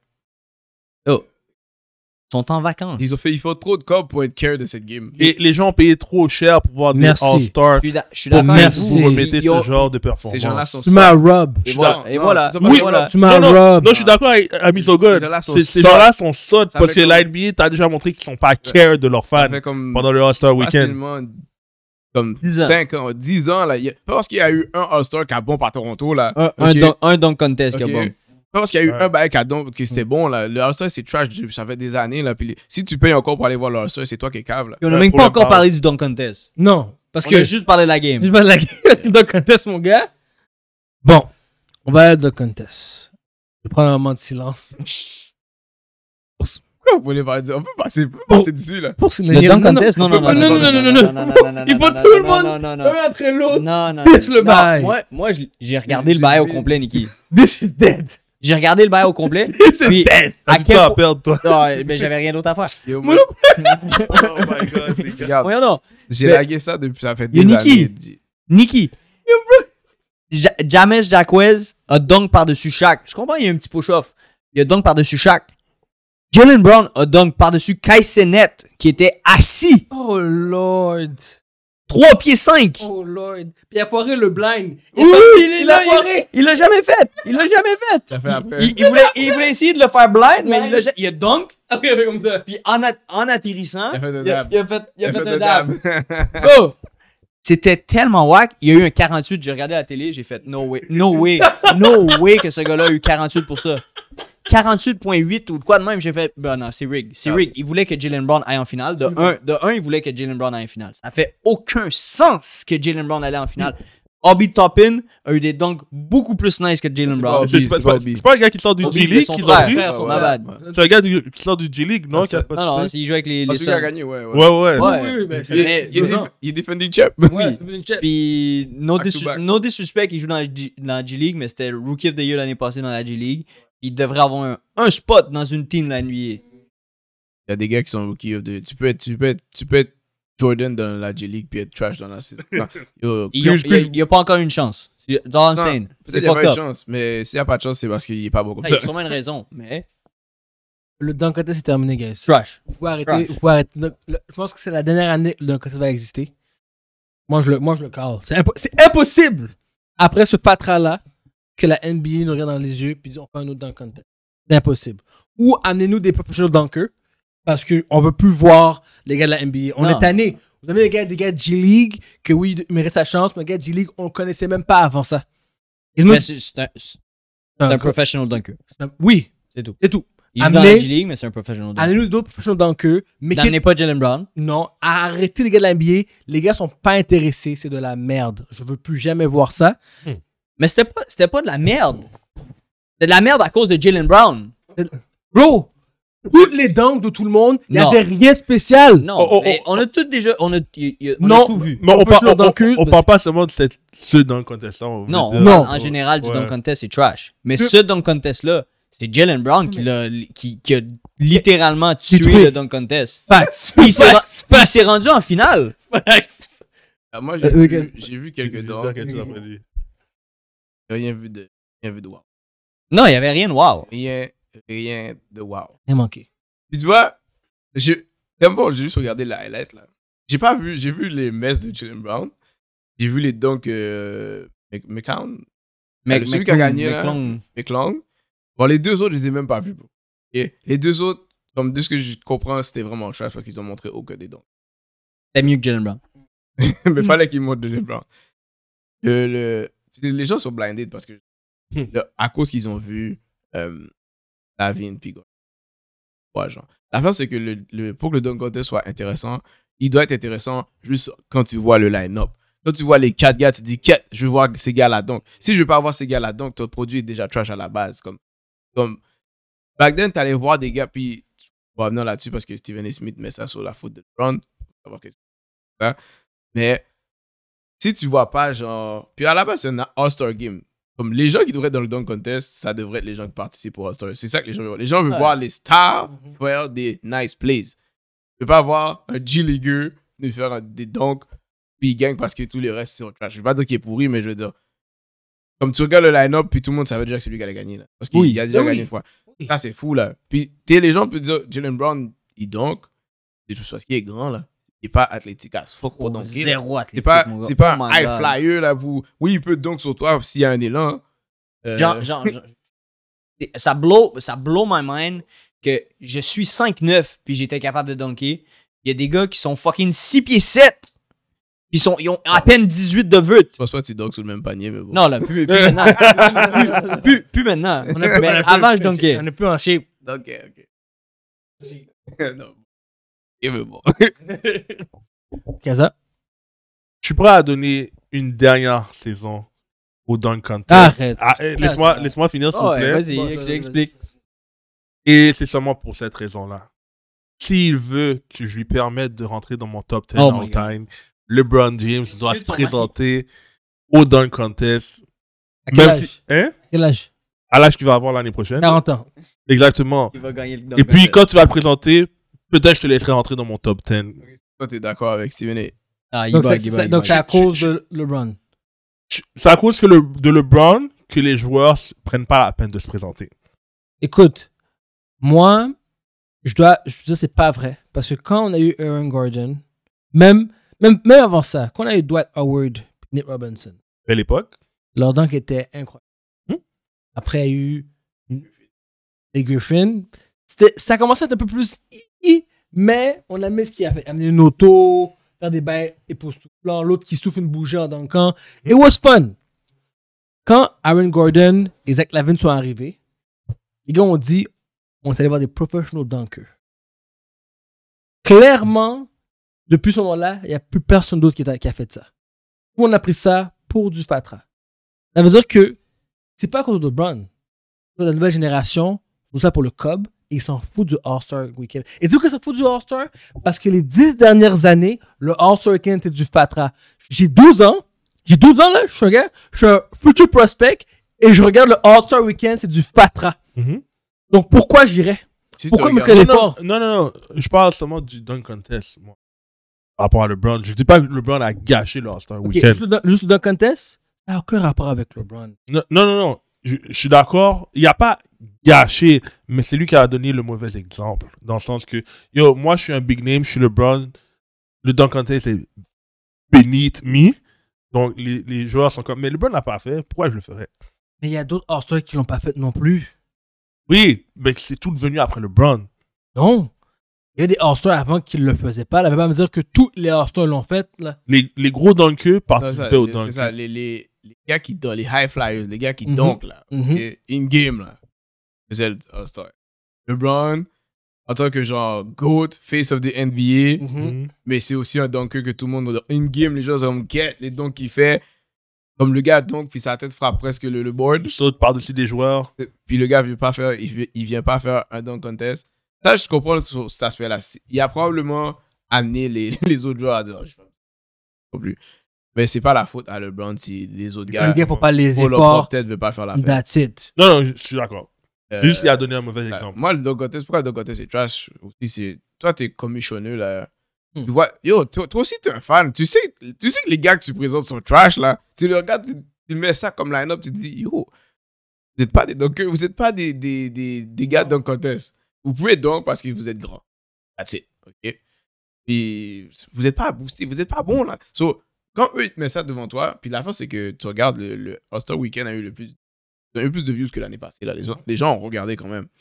oh. Ils sont en vacances. Ils ont fait, il faut trop de corps pour être care de cette game. Et les gens ont payé trop cher pour voir des Merci. All-Stars. Je suis d'a- je suis Bon, d'accord avec merci. vous. Vous remettez Ils ont- ce genre de performance. Ces gens-là sont Tu m'as rob. Et voilà. Et voilà. c'est Oui, pas- voilà. Tu m'as Non, non, rob. non, je suis d'accord avec Ami Sogod. Ces gens-là sont Ces ces soft. gens-là sont soft Ça parce fait que comme- la N B A t'a déjà montré qu'ils sont pas care de leurs Ça fans fait comme pendant le All-Star Weekend. facilement comme dix ans. cinq ans, dix ans. Là. Il y a- pas parce qu'il y a eu un All-Star qui a bon par Toronto. Là. Un, un, Ok. dunk, un dunk contest, Ok. que bon. Pas parce qu'il y a eu Ouais. un bail qui a don qui c'était bon. Là. Le All-Star, c'est trash. Ça fait des années. Là. Puis les- si tu payes encore pour aller voir le All-Star, c'est toi qui es cave. Là. Puis on n'a Ouais, même pour pas le encore ball. parlé du dunk contest. Non, parce On que a juste parlé de la game. je vais la game de contest, mon gars. Bon, on va aller de contest. Je vais prendre un moment de silence. Pourquoi vous voulez pas dire? On peut passer, on peut passer dessus. Là. Pour se Le dunk contest? Non, non, non. Non, non, non, non, non, non. Il faut tout le monde. Non, non, non. Un après l'autre. Non, non. Pitch le non. bail. Moi, moi je- j'ai regardé J'ai le bail au vu. complet, Niki. This is dead. J'ai regardé le bail au complet. This is Puis, dead. à T'as du quel temps à point- perdre, toi. Non, mais j'avais rien d'autre à faire. Yo, Moi moi, Oh my god, les gars. regarde, Voyons donc. j'ai Mais- lagué ça depuis ça fait des Yo, Niki. années. Niki. Ja- James Jacquez a dunk par-dessus Shaq. Je comprends, il y a un petit push-off. Il a dunk par-dessus Shaq. Jalen Brown a dunk par-dessus Kai Cenat, qui était assis. Oh, Lord. trois pieds cinq. Oh lord. Puis il a foiré le blind. Oui, il, il l'a l'a- foiré. Il l'a jamais fait. Il l'a jamais fait. Ça fait Il, après. il- il voulait, il voulait essayer de le faire blind, mais il l'a ja- il a dunk. Après, il a fait comme ça. Puis en, at- en atterrissant, Il a fait un il a, dab. il a fait, il a fait un dab. dab. Bro, c'était tellement whack. Il y a eu un quarante-huit. J'ai regardé la télé, j'ai fait no way, no way, no way que ce gars-là a eu quarante-huit pour ça. quarante-huit virgule huit ou de quoi de même, j'ai fait, ben non, c'est rig. C'est Ah. rig. Il voulait que Jaylen Brown aille en finale. De un, de un, il voulait que Jaylen Brown aille en finale. Ça fait aucun sens que Jaylen Brown allait en finale. Obi Toppin a eu des dunks beaucoup plus nice que Jaylen Brown. C'est c'est pas, c'est c'est pas- pas Obi. c'est pas un gars qui sort du Obi, G-League son qu'ils frère. ont pris. Frère, son Ouais, bad. ouais. C'est un gars du- qui sort du G-League, non? Ah, Qui a c'est- pas Non, non, de il joue avec les, Ah, les celui qui a Suns. gagné, ouais. ouais. Ouais, ouais. Ouais. Oui, oui, mais Il c'est. est, il est, deux ans. il est defending champ. Ouais, c'est une check. Puis, no, Back to dis- back. no disrespect, il joue dans la, G- dans la G-League, mais c'était le Rookie of the Year l'année passée dans la G-League. Il devrait avoir un, un spot dans une team de la N B A. Il y a des gars qui sont rookie of the... Tu peux être, tu peux être, tu peux être Jordan dans la G-League puis être trash dans la saison. Yo, Il Chris- n'y a, il y a pas encore une chance. C'est that's all I'm Non, saying. C'est Peut-être qu'il n'y a fucked pas up. de chance, mais s'il n'y a pas de chance, c'est parce qu'il est pas bon comme Ah, Il y ça. a sûrement une raison, mais Le dunk contest est terminé, guys. trash. Vous pouvez arrêter. Trash. Vous pouvez arrêter. Donc, le- je pense que c'est la dernière année que le dunk contest va exister. Moi, je le, moi, je le call. C'est, impo- c'est impossible, après ce fatras-là, que la N B A nous regarde dans les yeux et dit on fait un autre dunk contest. C'est impossible. Ou amenez-nous des professionnels dunkers parce qu'on veut plus voir les gars de la N B A. On Non. est tannés. Vous avez des gars, des gars de G-League que oui, il mérite sa chance, mais les gars de G-League, on le connaissait même pas avant ça. Et nous, Mais c'est c'est un, c'est un- un professional dunker. c'est un- oui, C'est tout. c'est tout. Il joue dans Amenez- la G-League, mais c'est un professional dunker. Amenez-nous d'autres professionnels dunkers, mais qui N'amenez pas Jaylen Brown. non, arrêtez les gars de la N B A. Les gars sont pas intéressés. C'est de la merde. Je veux plus jamais voir ça. Mais c'était pas, c'était pas de la merde. C'était de la merde à cause de Jaylen Brown. Bro, toutes les dunks de tout le monde, il n'y Non. avait rien de spécial. Non, Oh, oh, mais oh. on a tout déjà. On a, y- y- on Non. a tout vu. Mais on, On peut par- se le on- dunker, on- on mais parle pas seulement de cette, ce dunk contest là. on veut Non, dire. on Non. parle en général du Ouais. dunk contest, c'est trash. Mais Que- ce dunk contest-là, c'est Jaylen Brown qui, l'a, qui, qui a littéralement tué Détruit. le dunk contest. Facts. Puis il s'est, Facts. puis il s'est rendu en finale. Facts. Ah, moi, j'ai Euh, oui, vu, j'ai vu quelques Les dents. dunks et tout, après lui. Rien vu de, rien vu de wow. Non, il n'y avait rien de wow. Rien, rien de wow. Il manqué. Puis tu vois, j'ai, d'abord, j'ai juste regardé la highlight, là. J'ai pas vu, j'ai vu les messes de Jaylen Brown. J'ai vu les dunks, euh, Mc- McCown, Mais celui qui a gagné, là. McClung. Bon, les deux autres, je les ai même pas vus, bro. Et les deux autres, comme de ce que je comprends, c'était vraiment trash parce qu'ils ont montré aucun des dunks. C'était mieux que Jaylen Brown. Mais fallait qu'ils montrent Jaylen Brown. Le, le, les gens sont blindés parce que, le- à cause qu'ils ont vu euh, Lavin puis Gordon. Ouais, genre. L'affaire, c'est que le, le, pour que le dunk contest soit intéressant, il doit être intéressant juste quand tu vois le line-up. Quand tu vois les quatre gars, tu te dis, quête, je veux voir ces gars-là donc. Si je veux pas voir ces gars-là donc, ton produit est déjà trash à la base. Comme, comme back then, t'allais voir des gars, puis on va venir là-dessus parce que Stephen A. Smith met ça sur la faute de LeBron. Savoir qu'est-ce que c'est ça. Mais si tu vois pas, genre. Puis à la base, c'est un All-Star Game. Comme les gens qui devraient être dans le dunk contest, ça devrait être les gens qui participent au All-Star. C'est ça que les gens veulent voir. Les gens veulent Ouais. voir les stars faire des nice plays. Tu veux pas voir un G-Leaguer nous faire un- des dunks, puis il gagne parce que tous les restes sont trash. Je veux pas dire qu'il est pourri, mais je veux dire. Comme tu regardes le line-up, puis tout le monde savait déjà que c'est lui qui allait gagner. Là, parce qu'il Oui. a déjà Oui. gagné une fois. Oui. Ça, c'est fou, là. Puis t'sais, les gens peuvent dire Jaylen Brown, il dunk. C'est juste parce qu'il est grand, là. Il est pas athlétique as fuck pour dunker. là. Zéro C'est athlétique, pas, mon gars. c'est pas Oh un my high God. flyer là pour. Oui, il peut donc sur toi s'il y a un élan. Euh, Genre, genre, genre, ça blow, ça blow my mind que je suis cinq neuf puis j'étais capable de dunker. Il y a des gars qui sont fucking six pieds sept. Ils, sont, ils ont à peine dix-huit de vut. Je pense pas que tu dunks sur le même panier, mais bon. Non, là, plus, plus maintenant. plus, plus, plus maintenant. On est Mais on est avant, plus- je dunkais. On est plus en shape. Ok, ok. non. Et mais bon. Kaza. Je suis prêt à donner une dernière saison au dunk contest. Arrête. Ah, eh, laisse-moi, laisse-moi finir, s'il Oh, vous ouais, plaît. vas-y, Bon, ex- vas-y, explique. Et c'est seulement pour cette raison-là. S'il veut que je lui permette de rentrer dans mon top dix Oh my all-time, LeBron James doit Quel se son présenter au dunk contest. À quel Même âge? si, hein? Quel âge? À l'âge qu'il va avoir l'année prochaine. quarante ans. Exactement. Il va gagner le dunk Et puis, contest. quand tu vas le présenter, peut-être je te laisserai rentrer dans mon top dix. Toi, t'es d'accord avec Steven A. Ah, il Donc, bug, c'est il c'est- bug, il donc bug. c'est à Je- cause je- de LeBron. C'est à cause que le, de LeBron que les joueurs s- prennent pas la peine de se présenter. Écoute, moi, je dois, je veux dire, c'est pas vrai. Parce que quand on a eu Aaron Gordon, même, Même, même avant ça, quand on a eu Dwight Howard et Nick Robinson, Belle époque. leur dunk était incroyable. Hmm. Après, il y a eu les Griffin. C'était, ça commençait à être un peu plus hi-hi, mais on a mis ce qu'il a fait. Amener une auto, faire des bails époustouflants, l'autre qui souffle une bougie en dunkant. It was fun. Quand Aaron Gordon et Zach Lavine sont arrivés, les gars ont dit on est allé voir des professional dunkers. Clairement, depuis ce moment-là, il n'y a plus personne d'autre qui a, qui a fait ça. Tout le monde a pris ça pour du fatra. Ça veut dire que c'est pas à cause de LeBron. La nouvelle génération, tout ça pour le Cobb, et ils s'en foutent du All-Star Weekend. Et dis-vous qu'ils s'en foutent du All-Star? Parce que les dix dernières années, le All-Star Weekend était du fatra. J'ai douze ans. J'ai douze ans, là. Je suis un gars. Je suis un future prospect. Et je regarde le All-Star Weekend, c'est du fatra. Mm-hmm. Donc pourquoi j'irais? Si tu Pourquoi me regardes- ferais Non, l'effort? non, non, non, je parle seulement du dunk contest, moi. Par rapport à LeBron. Je dis pas que LeBron a gâché le All-Star Ok, Weekend. juste le, dunk- juste le dunk contest, ça n'a aucun rapport avec LeBron. Non, non, non, non. Je, je suis d'accord. Il n'y a pas gâché, mais c'est lui qui a donné le mauvais exemple. Dans le sens que, yo, moi, je suis un big name, je suis LeBron. Le dunk contest est beneath me. Donc, les, les joueurs sont comme, mais LeBron l'a pas fait. Pourquoi je le ferais? Mais il y a d'autres All-Stars qui l'ont pas fait non plus. Oui, mais c'est tout devenu après LeBron. Non. Il y avait des All-Stars avant qui ne le faisaient pas. Là, va pas me dire que tous les All-Stars l'ont fait. Là. Les, les gros dunkers Non, ça, participaient au les- dunk. C'est ça, les, les, les gars qui donnent, les high flyers, les gars qui Mhm. dunkent, là, Mhm. et in-game, là, c'est le All-Star. LeBron, en tant que genre GOAT, face of the N B A, Mhm. Mhm. mais c'est aussi un dunker que tout le monde, in-game, les gens sont comme, get, les dunks qu'il fait, comme le gars dunk, puis sa tête frappe presque le, le board, Il saute par-dessus des joueurs. puis le gars vient pas faire, il, vient- il vient pas faire un dunk contest. Ça, je comprends sur cet aspect-là. Il a probablement amené les, les autres joueurs à dire, oh, je sais pas, non plus. Mais c'est pas la faute à LeBron si les autres Un gars, gars pour pas les pour leur efforts. propre tête, veulent pas faire l'affaire. That's it. Non, non, je je suis d'accord. Euh, Juste, il a donné un mauvais Ouais. exemple. Moi, le dunk contest, pourquoi le dunk contest c'est trash aussi, c'est. Toi, t'es commissionneux, là. Hmm. Tu vois, yo, toi, toi aussi, t'es un fan. Tu sais, tu sais que les gars que tu présentes sont trash, là. Tu les regardes, tu, tu mets ça comme line-up, tu te dis, yo, vous n'êtes pas des dunkers, vous n'êtes pas des, des, des, des gars de dunk contest. Vous pouvez donc parce que vous êtes grand. That's it, ok? Et vous n'êtes pas boosté, vous n'êtes pas bon, là. So, quand eux, ils te mettent ça devant toi, puis la fin, c'est que tu regardes le, le All-Star Weekend a eu le plus. Il a eu plus de views que l'année passée. Là. Les, gens, les gens ont regardé quand même.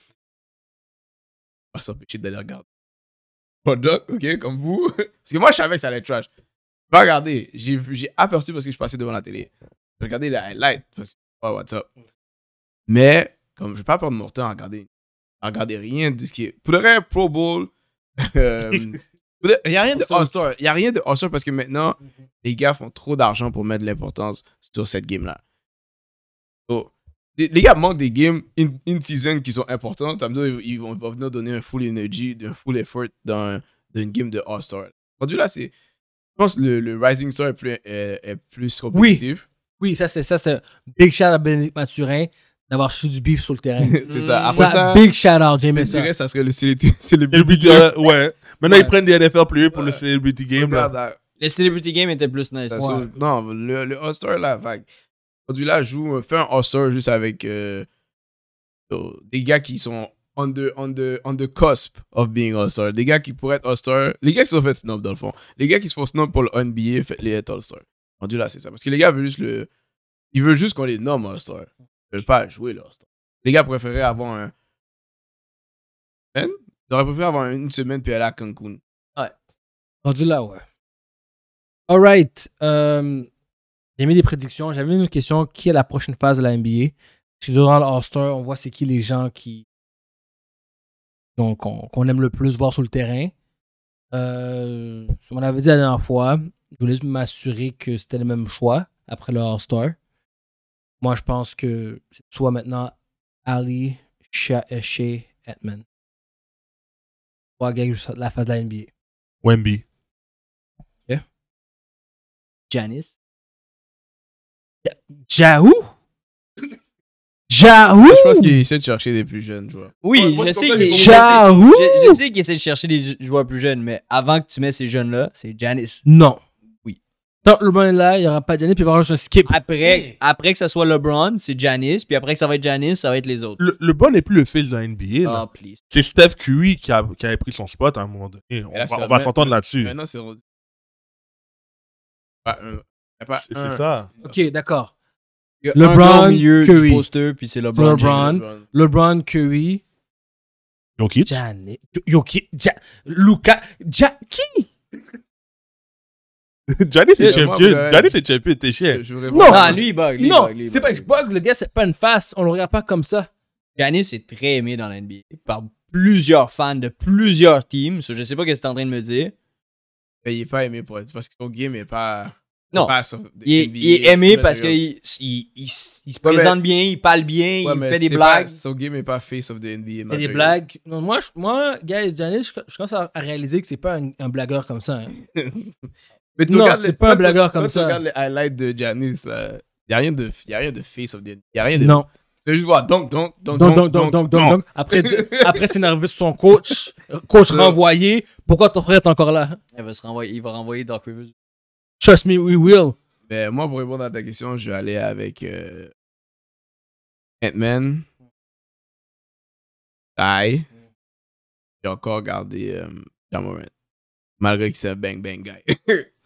Pas s'empêcher d'aller regarder. Hot dog, ok, comme vous. Parce que moi, je savais que ça allait être trash. Pas regarder. J'ai, j'ai aperçu parce que je passais devant la télé. J'ai regardé les highlights. Parce que, oh, what's up. Mais, comme je vais pas perdre mon temps à regarder, à regarder rien de ce qui est. Pour le reste, Pro Bowl. euh, il n'y a rien de All-Star. Il n'y a rien de All-Star parce que maintenant, les gars font trop d'argent pour mettre de l'importance sur cette game-là. So, les, les gars manquent des games in, in season qui sont importantes. Ça veut dire ils vont, ils vont venir donner un full energy, un full effort dans, dans une game de All-Star. Aujourd'hui, là, c'est. Je pense que le, le Rising Star est plus, est, est plus compétitif. Oui, ça, c'est ça. C'est un big shout à Bénédicte Mathurin d'avoir chuté du beef sur le terrain. C'est ça. Après ça, ça, big shout out, je j'aimais ça. dirais ça serait le célébrity. Celebrity, euh, ouais. Maintenant, Ouais. ils prennent des N F L players pour le Celebrity Game. Là. Regarde, Le Celebrity Game était plus nice. Ça, Ouais. ça, non, le, le All-Star, là, vague. Aujourd'hui, là, joue, fais un All-Star juste avec euh, euh, des gars qui sont on the, on, the, on the cusp of being All-Star. Des gars qui pourraient être All-Star. Les gars qui se sont fait snob, dans le fond. Les gars qui se font snob pour le N B A, faites-les être All-Star. Aujourd'hui, là, c'est ça. Parce que les gars veulent juste le. Ils veulent juste qu'on les nomme All-Star. Ils veulent pas jouer le All-Star. Les gars préféraient avoir un. Ils auraient préféré avoir une semaine puis aller à Cancun. Rendu là, ouais. Alright. Euh, j'ai mis des prédictions. J'avais une question. Qui est la prochaine phase de la N B A? Parce que durant le All-Star, on voit c'est qui les gens qui qu'on, qu'on, qu'on aime le plus voir sur le terrain. Euh, comme on avait dit la dernière fois, je voulais juste m'assurer que c'était le même choix après le All-Star. Moi, je pense que c'est soit maintenant Ali, Shea, Shea, Edman. Trois gars juste la phase de la N B A. Wemby. Giannis. Jaou? Jaou? Je pense qu'il essaie de chercher des plus jeunes, tu vois. Oui, Moi, je je sais comprends qu'il les je, Jaou? je- je sais qu'il essaie de chercher des joueurs plus jeunes, mais avant que tu mets ces jeunes-là, c'est Giannis. Non. Oui. Tant que LeBron est là, il n'y aura pas de Giannis, puis il va y avoir juste un skip. Après, après que ça soit LeBron, c'est Giannis, puis après que ça va être Giannis, ça va être les autres. Le, le bon n'est plus le fils de la N B A. là. Ah, please. C'est Steph Curry qui, a, qui avait pris son spot à un moment donné. On, Et là, va, c'est- on va s'entendre là-dessus. Maintenant, c'est rendu Pas un. Pas C'est un. c'est ça. Ok, d'accord. Il y a LeBron, un gars au milieu Curry. du poster, puis c'est LeBron. LeBron. James. LeBron, Curry, Jokic. Giannis, Yoki, ja, Luka, ja, qui? Giannis est Yeah, moi, champion. ouais. Giannis est champion, t'es cher. Je vous Non, réponds. Ah, lui, il bug. Lui, il Non, bug, lui, il c'est bug. pas que je bug, le gars, c'est pas une face. On le regarde pas comme ça. Giannis est très aimé dans la N B A par plusieurs fans de plusieurs teams. So, je sais pas ce que tu es en train de me dire. Mais il est pas aimé pour être. Parce que son game est pas. Non. Pas sur- Il est, N B A, il est aimé parce material. qu'il il, il, il se Ouais, mais- présente bien, il parle bien, Ouais, il mais fait des c'est blagues. pas- son game est pas face of the N B A. Il y a des material. blagues. Non, moi, je, moi, guys, Giannis, je, je commence à, à réaliser que c'est pas un, un blagueur comme ça. hein. Mais tu Non, regardes c'est les- pas un quand tu- blagueur comme quand ça. Tu regardes les highlights de Giannis, là. Il n'y a, rien de- y a rien de face of the N B A. Il y a rien de. Non. Tu veux juste voir donc, donc, donc, Donc, donc, donc, donc, donc, donc. Après, di- après s'énerver sur son coach, coach Ça. renvoyé. Pourquoi ton frère est encore là? Il va, se renvoyer, il va renvoyer Doc Rivers. Trust me, we will. Mais moi, pour répondre à ta question, je vais aller avec euh, Ant-Man. Aïe. J'ai encore gardé euh, Ja Morant. Malgré que c'est un bang-bang guy.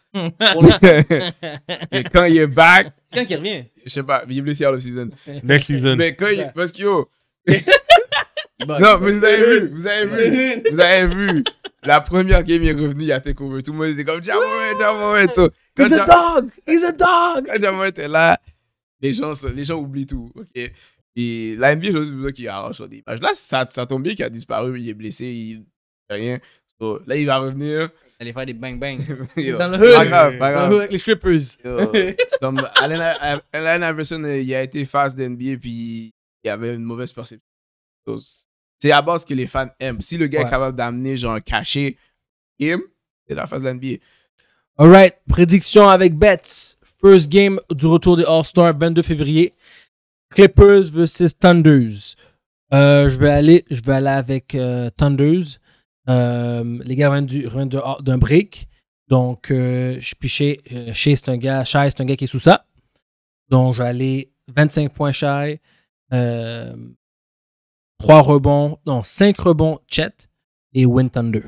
Et quand il est back, C'est quand qu'il revient? je sais pas, il est blessé à la season. Next season. Mais quand il. Parce que yo. Il bug, Non, il mais bug. vous avez vu, vous avez vu, vous avez vu. La première game, il est revenu, il a fait cover. Tout le monde était comme Ja Morant, Ja Morant. So, quand He's a Ja- dog! He's a dog! quand Ja Morant était là, les gens, se- les gens oublient tout. Ok. Et la N B A, j'ai juste besoin qu'il arrache son image. Là, ça, ça tombe bien qu'il a disparu, il est blessé, il fait rien. So, là, il va revenir. Allez faire des bang-bang. Yo, Dans le pas hood. grave, pas grave. Avec les strippers. Yo, comme Allen, Allen Iverson, euh, il a été face de N B A puis il avait une mauvaise perception. So, c'est à base que les fans aiment. Si le gars Ouais. est capable d'amener genre un cachet game, c'est la face de l'N B A. Alright, prédiction avec Bets. First game du retour des All-Stars, vingt-deux février. Clippers versus Thunders. Euh, je vais aller, je vais aller avec euh, Thunders. Euh, les gars reviennent du- reviennent de- d'un break. Donc, euh, je puis Shea, euh, Shea, c'est un gars, Shai, c'est un gars qui est sous ça. Donc, je vais aller vingt-cinq points Shai. Euh, trois rebonds, non, cinq rebonds Chet et win Thunder.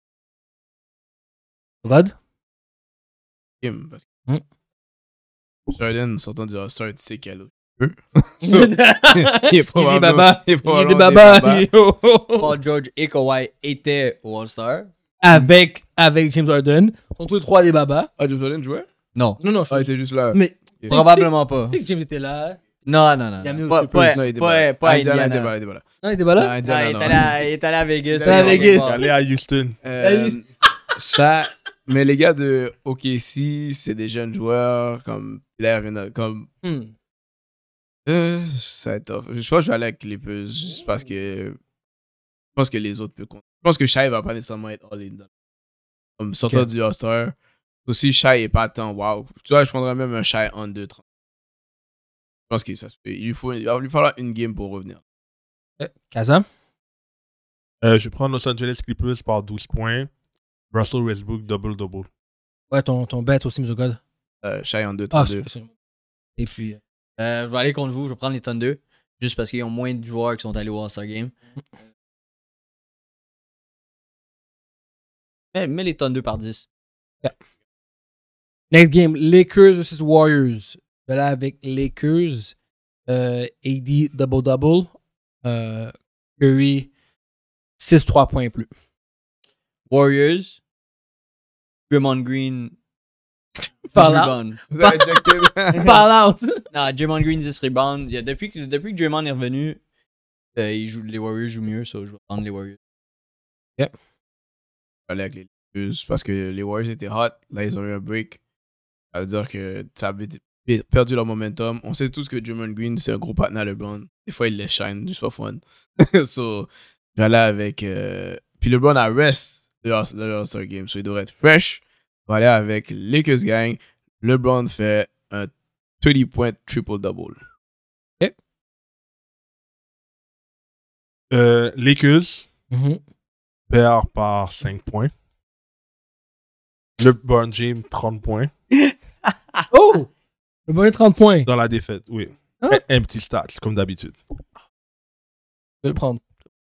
Rod? Game, parce que Hmm. Jordan, sortant du All-Star, tu sais qu'elle a Il il est est probablement- baba. il est Il est probablement des des babas. babas. Yo. Paul George et Kawhi étaient au All-Star. Avec, avec James Harden. Ils sont tous les trois des babas. Ah, James Harden jouait? Non. Non, non, je Ah, il était juste là. Mais Ok. Probablement pas. tu sais que James était là. Non, non, non. Il a mis non. au Pas, Clippers. pas, Non, il était pas, pas là. pas Ah, Indiana, il Indiana. était pas là, il était pas là. Non, il était pas Non, là. Non, Indiana, il est non. allé à- il est allé à Vegas. Il est allé à Ouais, Vegas. bon. Aller à Houston. Euh, Allez. ça, mais les gars de O K C, c'est des jeunes joueurs comme Blair vient de- comme Hmm. euh, ça va être tough. Je pense que je vais aller avec les Clippers juste parce que je pense que les autres peuvent compter. Je pense que Shai va pas nécessairement être all in. Comme sortant Ok. du All-Star. Aussi, Shai est pas tant wow. Tu vois, je prendrais même un Shai en deux trente. Je pense que ça se peut. Il lui, faut, il va lui falloir une game pour revenir. Euh, Kazam? Euh, je prends Los Angeles Clippers par douze points. Russell Westbrook double-double. Ouais, ton, ton bet aussi, Mizogod. Euh, Shai en deux Ah, trente-deux. c'est c'est- Et puis. euh, Euh, je vais aller contre vous. Je vais prendre les Thunder. Juste parce qu'ils ont moins de joueurs qui sont allés au All-Star Game. Mais, mais les Thunder par dix. Next game, Lakers versus Warriors. Je vais aller avec Lakers. Euh, A D double-double. Euh, Curry, six trois points et plus. Warriors. Draymond Green. dix Par là. rebounds. Vous avez injecté. Parle out! Non, Draymond Green dix rebounds. Il y a- depuis, que, depuis que Draymond est revenu, euh, il joue, les Warriors jouent mieux. So je vais prendre les Warriors. Je vais aller avec les Lakers parce que les Warriors étaient hot. Là, ils ont eu un break. Ça veut dire que ça avait perdu leur momentum. On sait tous que Draymond Green, c'est un gros partenaire à LeBron. Des fois, il les shine, juste for fun. So, je vais aller avec. Euh... Puis LeBron a rest le All-Star Game. So, il devrait être fresh. Je vais aller avec Lakers Gang. LeBron fait un vingt point triple-double. Euh, Lakers Mhm. perd par cinq points. LeBron James, trente points. Oh! Le bonnet trente points. Dans la défaite, oui. Hein? Un, un petit stat, comme d'habitude. Je vais le prendre.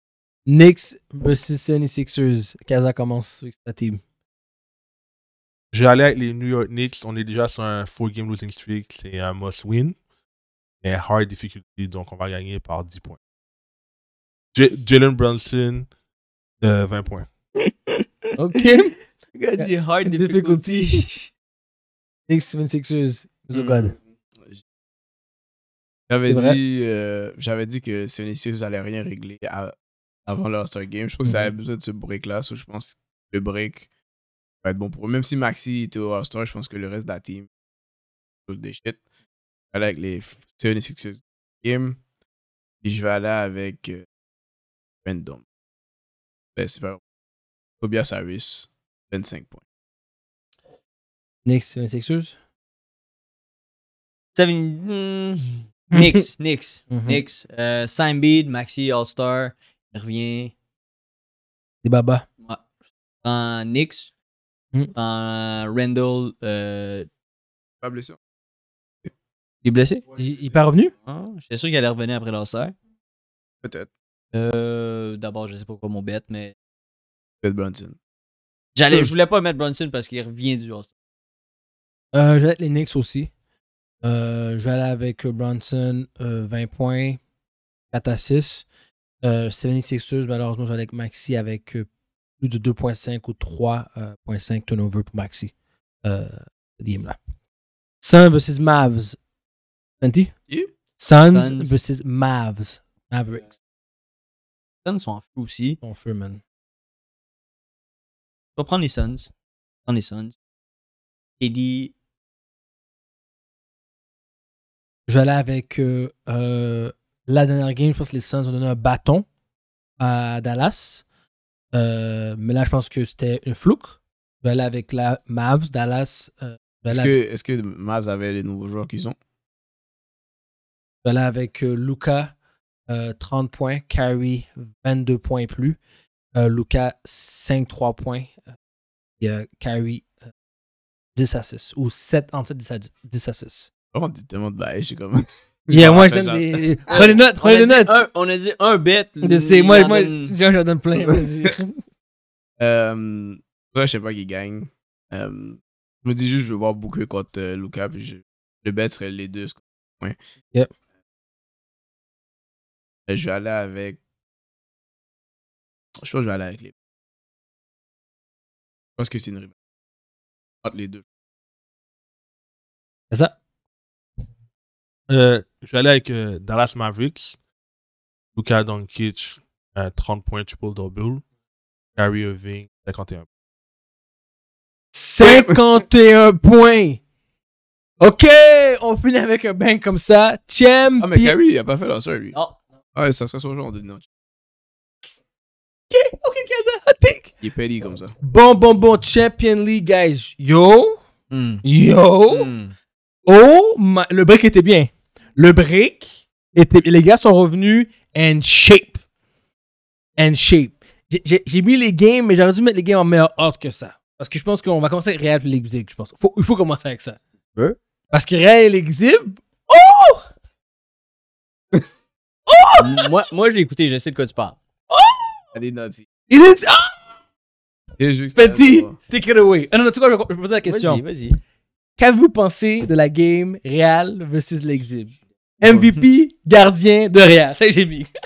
Knicks versus seventy-sixers. Kaza commence avec sa team. Je vais aller avec les New York Knicks. On est déjà sur un four-game losing streak. C'est un must-win. Et hard difficulty, donc on va gagner par dix points. J- Jalen Brunson, euh, vingt points. OK. Le gars dit hard difficulty. Knicks seventy-sixers. Mizo God. J'avais C'est vrai. dit, euh, j'avais dit que seventy-sixers allait rien régler à- avant le All-Star Game. Je pense qu'ils Mhm. avaient besoin de ce break-là. So je pense que le break va être bon pour eux. Même si Maxi était au All-Star, je pense que le reste de la team, c'est des shit. Je vais aller avec les seventy-sixers game. Et je vais aller avec euh, Random. Ben, c'est pas grave. Tobias Harris, vingt-cinq points. Knicks seventy-sixers. Seven... hmm, Knicks, Knicks, Mhm. Knicks. Euh, Sam Bede, Maxi All-Star. Il revient. Des babas. Ouais. En Knicks. Hmm. En Randall. Euh, Pas blessé. il est blessé? Il, il est pas revenu? Ah, j'étais sûr qu'il allait revenir après l'All-Star. Peut-être. Euh, D'abord, je sais pas quoi mon bet, mais. Peut-être Brunson. J'allais, Hmm. je voulais pas mettre Brunson parce qu'il revient du All-Star. Euh, je vais avec les Knicks aussi. Euh, je vais aller avec Brunson, euh, vingt points, quatre à six. Euh, seventy-sixers, malheureusement, je vais aller avec Maxi avec euh, plus de deux virgule cinq ou trois virgule cinq turnover pour Maxi. Euh, cette game-là. Suns versus Mavs. Fenty? Yeah. Suns Suns. versus Mavs. Mavericks. Les Suns sont en feu aussi. On feu, man. Je vais prendre les Suns. Je vais prendre les Suns. K D. Je vais aller avec euh, euh, la dernière game. Je pense que les Suns ont donné un bâton à Dallas. Euh, mais là, je pense que c'était un fluke. Je vais aller avec la Mavs, Dallas. Euh, je, vais Est-ce aller que, avec, est-ce que Mavs avait les nouveaux joueurs qu'ils ont? je vais aller avec euh, Luka, euh, trente points. Kyrie, vingt-deux points et plus. Euh, Luka, cinq trois points. Et euh, Kyrie, euh, dix à six. Ou sept, entre sept, dix à dix, dix à six. Oh, on dit tellement de bail, je suis comme. Yeah, moi, je Genre, donne des. Prenez des notes, On prenez a, des dit notes. un, on a dit un bet. Je sais, il moi, en moi, donne- genre, j'en donne plein. Vas-y. Euh, ouais, je sais pas qui gagne. Euh, je me dis juste, je veux voir Booker contre euh, Luka. Puis je- le bet serait les deux. Ouais. Yep. Euh, Je vais aller avec. Je pense que je vais aller avec les. Je pense que c'est une rivalité entre les deux. C'est ça? Euh, je vais aller avec euh, Dallas Mavericks. Luka Doncic, euh, trente points, triple-double. Kyrie Irving, cinquante et un. cinquante et un points. OK, on finit avec un bang comme ça. Champion. Ah, mais Kyrie, il a pas fait l'All-Star, lui. Non. Ah, ouais, ça serait son genre de non. OK, OK, Kaza, hot take. Il est petty comme ça. Bon, bon, bon, Champion League, guys. Yo, Hmm. yo. Hmm. Oh, my- le break était bien. Le break était. Les gars sont revenus and shape. And shape. J'ai- J'ai j'ai mis les games, mais j'aurais dû mettre les games en meilleure ordre que ça. Parce que je pense qu'on va commencer avec Real et l'Exib, je pense. Faut, il faut commencer avec ça. Ouais. Parce que Real et l'Exib. moi, moi, je l'ai écouté, je sais de quoi tu parles. Elle est naughty. Il est. Ah! Et je veux que Spetty, ça va. take it away. Ah non, non, tu sais quoi, je vais je vais poser la question. Vas-y, vas-y. Qu'avez-vous pensé de la game Real versus l'Exib? M V P, gardien de Real. Ça, j'ai mis.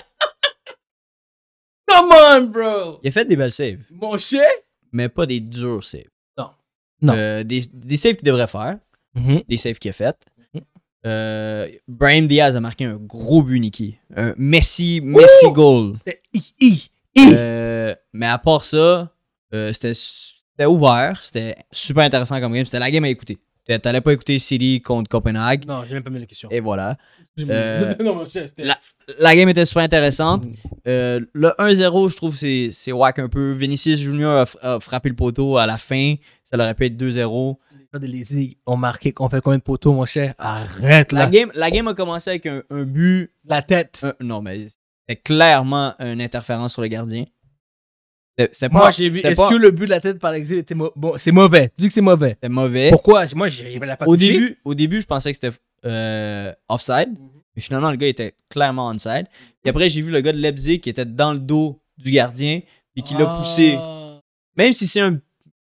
Come on, bro. Il a fait des belles saves, Mon cher. mais pas des durs saves. Non. Non. Euh, des, des saves qu'il devrait faire, Mhm. des saves qu'il a fait. Mhm. Euh, Brahim Diaz a marqué un gros but, Nicky. Un Messi, Messi goal. C'était I, I, I. Euh, mais à part ça, euh, c'était c'était ouvert. C'était super intéressant comme game. C'était la game à écouter. T'allais pas écouter City contre Copenhague. Non, j'ai même pas mis la question. Et voilà. Euh, Euh, non, mon cher, c'était. la- La game était super intéressante. Euh, le un zéro, je trouve, c'est c'est whack un peu. Vinicius Junior a, f- a frappé le poteau à la fin. Ça aurait pu être deux zéro. Les gars de Lazy ont marqué qu'on fait combien de poteaux, mon cher? Arrête La là. game, la game a commencé avec un, un but. La tête. un- non, mais c'était clairement une interférence sur le gardien. C'était c'était pas. Moi, j'ai vu. c'était Est-ce pas- que le but de la tête par l'exil était mau- bon? C'est mauvais. Tu dis que c'est mauvais. C'était mauvais. Pourquoi? Moi, j'ai la pas Au touché. début, au début, je pensais que c'était euh, offside. Mais finalement, le gars était clairement onside. Et après, j'ai vu le gars de Leipzig qui était dans le dos du gardien et qui l'a poussé. Ah. Même si c'est un.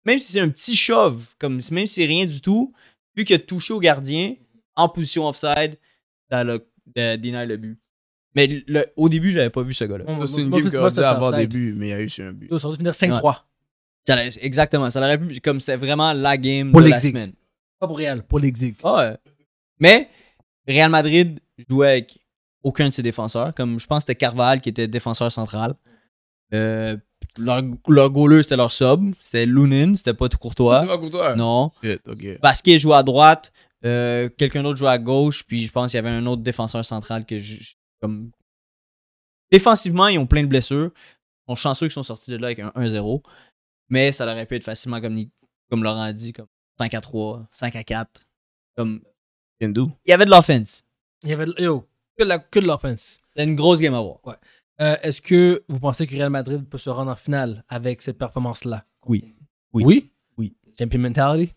même si c'est un petit shove, comme, même si c'est rien du tout, vu qu'il a touché au gardien, en position offside, ça l'a de, deny le but. Mais le, au début, j'avais pas vu ce gars-là. Moi, C'est une moi, game qui moi, aurait c'était dû avoir offside. des buts, mais il y a eu sur un but. Yo, ça aurait dû finir cinq trois. Ça l'a- exactement, ça l'aurait pu, comme c'était vraiment la game Pour de la l'exig. semaine. Pas pour Real, pour l'exig. Ah ouais. Mais Real Madrid jouait avec aucun de ses défenseurs. Comme je pense que c'était Carval qui était défenseur central. Euh, leur, leur goaler, c'était leur sub. C'était Lunin, c'était pas tout Courtois. C'est pas pour toi? Non. Shit, ok. Vasquez jouait à droite. Euh, quelqu'un d'autre jouait à gauche. Puis je pense qu'il y avait un autre défenseur central que je. Comme... Défensivement, ils ont plein de blessures. Ils sont chanceux qu'ils sont sortis de là avec un un zéro. Mais ça aurait pu être facilement, comme, comme Laurent a dit, comme cinq à trois, cinq à quatre. Comme... Kendo. Il y avait de l'offense. Il y avait yo, que de, la, que de l'offense. C'était une grosse game à voir. Euh, Est-ce que vous pensez que Real Madrid peut se rendre en finale avec cette performance-là? Oui. Oui. Oui? Oui. Champion mentality?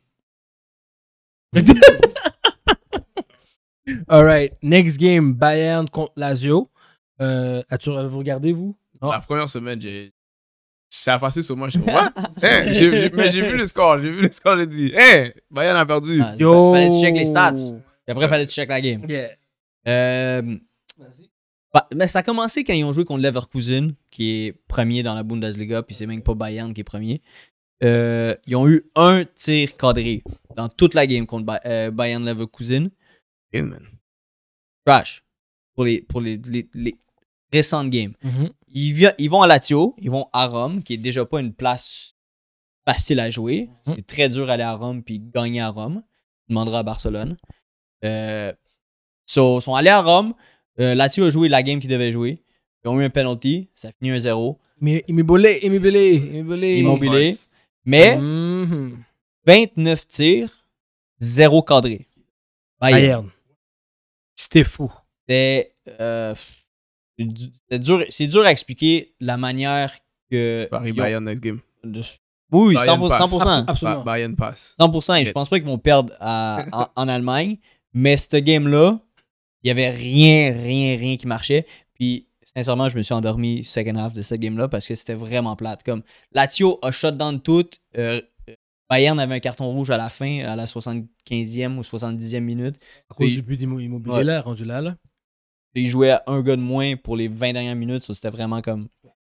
Alright. Next game, Bayern contre Lazio. Euh, As-tu avez-vous regardé, vous? Non? La première semaine, j'ai. Ça a passé sur moi, je suis comme, what? Hein? J'ai- j'ai- Mais j'ai vu le score, j'ai vu le score, j'ai dit, hein, Bayern a perdu. Ah, Yo! Fallait que tu checkes les stats. Puis après, fallait que tu checkes la game. Yeah. Euh, bah, mais ça a commencé quand ils ont joué contre Leverkusen, qui est premier dans la Bundesliga, puis c'est même pas Bayern qui est premier. Euh, ils ont eu un tir cadré dans toute la game contre Ba- euh, Bayern Leverkusen. Yeah, man. Trash. Pour les, pour les, les, les récentes games. Mhm. Ils, vi- ils vont à Lazio, ils vont à Rome, qui est déjà pas une place facile à jouer. C'est très dur d'aller à Rome puis gagner à Rome. On demandera à Barcelone. Euh, so, ils sont allés à Rome. Euh, Lazio a joué la game qu'ils devaient jouer. Ils ont eu un penalty. Ça finit un zéro. Mais Immobile, Immobile, Immobile. Immobile. Mais Mhm. vingt-neuf tirs, zéro cadré. Bayern. Bayern. C'était fou. C'était euh, c'est du- c'est dur, c'est dur à expliquer la manière que. Paris ils ont- Bayern next game. de- Oui, Bayern cent pour cent. passe. cent pour cent. Absolument. Ba- Bayern passe. cent pour cent, et je pense pas qu'ils vont perdre à- en, en Allemagne. Mais cette game-là, il y avait rien, rien, rien qui marchait. Puis, sincèrement, je me suis endormi second half de cette game-là parce que c'était vraiment plate. Comme Lazio a shut down tout. euh, Bayern avait un carton rouge à la fin, à la soixante-quinzième ou soixante-dixième minute. À cause Oui. du but d'Immobile, Ouais. là, rendu là, là. Il jouait à un gars de moins pour les vingt dernières minutes. So c'était vraiment comme.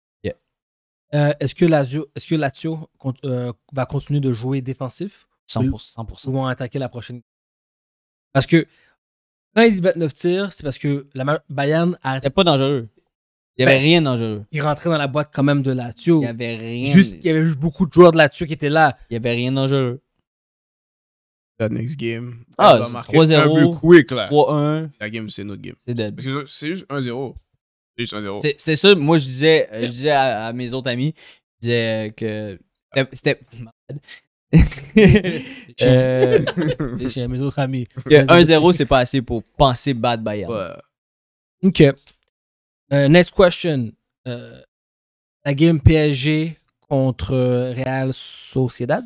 Euh, Est-ce que Lazio, est-ce que Lazio con- euh, va continuer de jouer défensif cent pour cent. cent pour cent. ou vont attaquer la prochaine? Parce que quand ils disent vingt-neuf tirs, c'est parce que la ma- Bayern a C'était pas dangereux. Il y avait Ben, rien de dangereux. il rentrait dans la boîte quand même de Lazio. Il y avait rien. Juste, il y avait juste beaucoup de joueurs de Lazio qui étaient là. Il y avait rien de dangereux. La next game. Ah, elle va c'est marquer trois zéro, un but quick, là. trois un, La game, c'est notre game. c'est dead. Parce que c'est juste un zéro. C'est juste un zéro. C'est c'est ça, moi je disais, euh, je disais à, à mes autres amis, je disais euh, que c'était. c'était- euh, C'est chez mes autres amis. que un zéro, c'est pas assez pour penser bad Bayern. Ouais. OK. Euh, next question. Euh, la game P S G contre euh, Real Sociedad?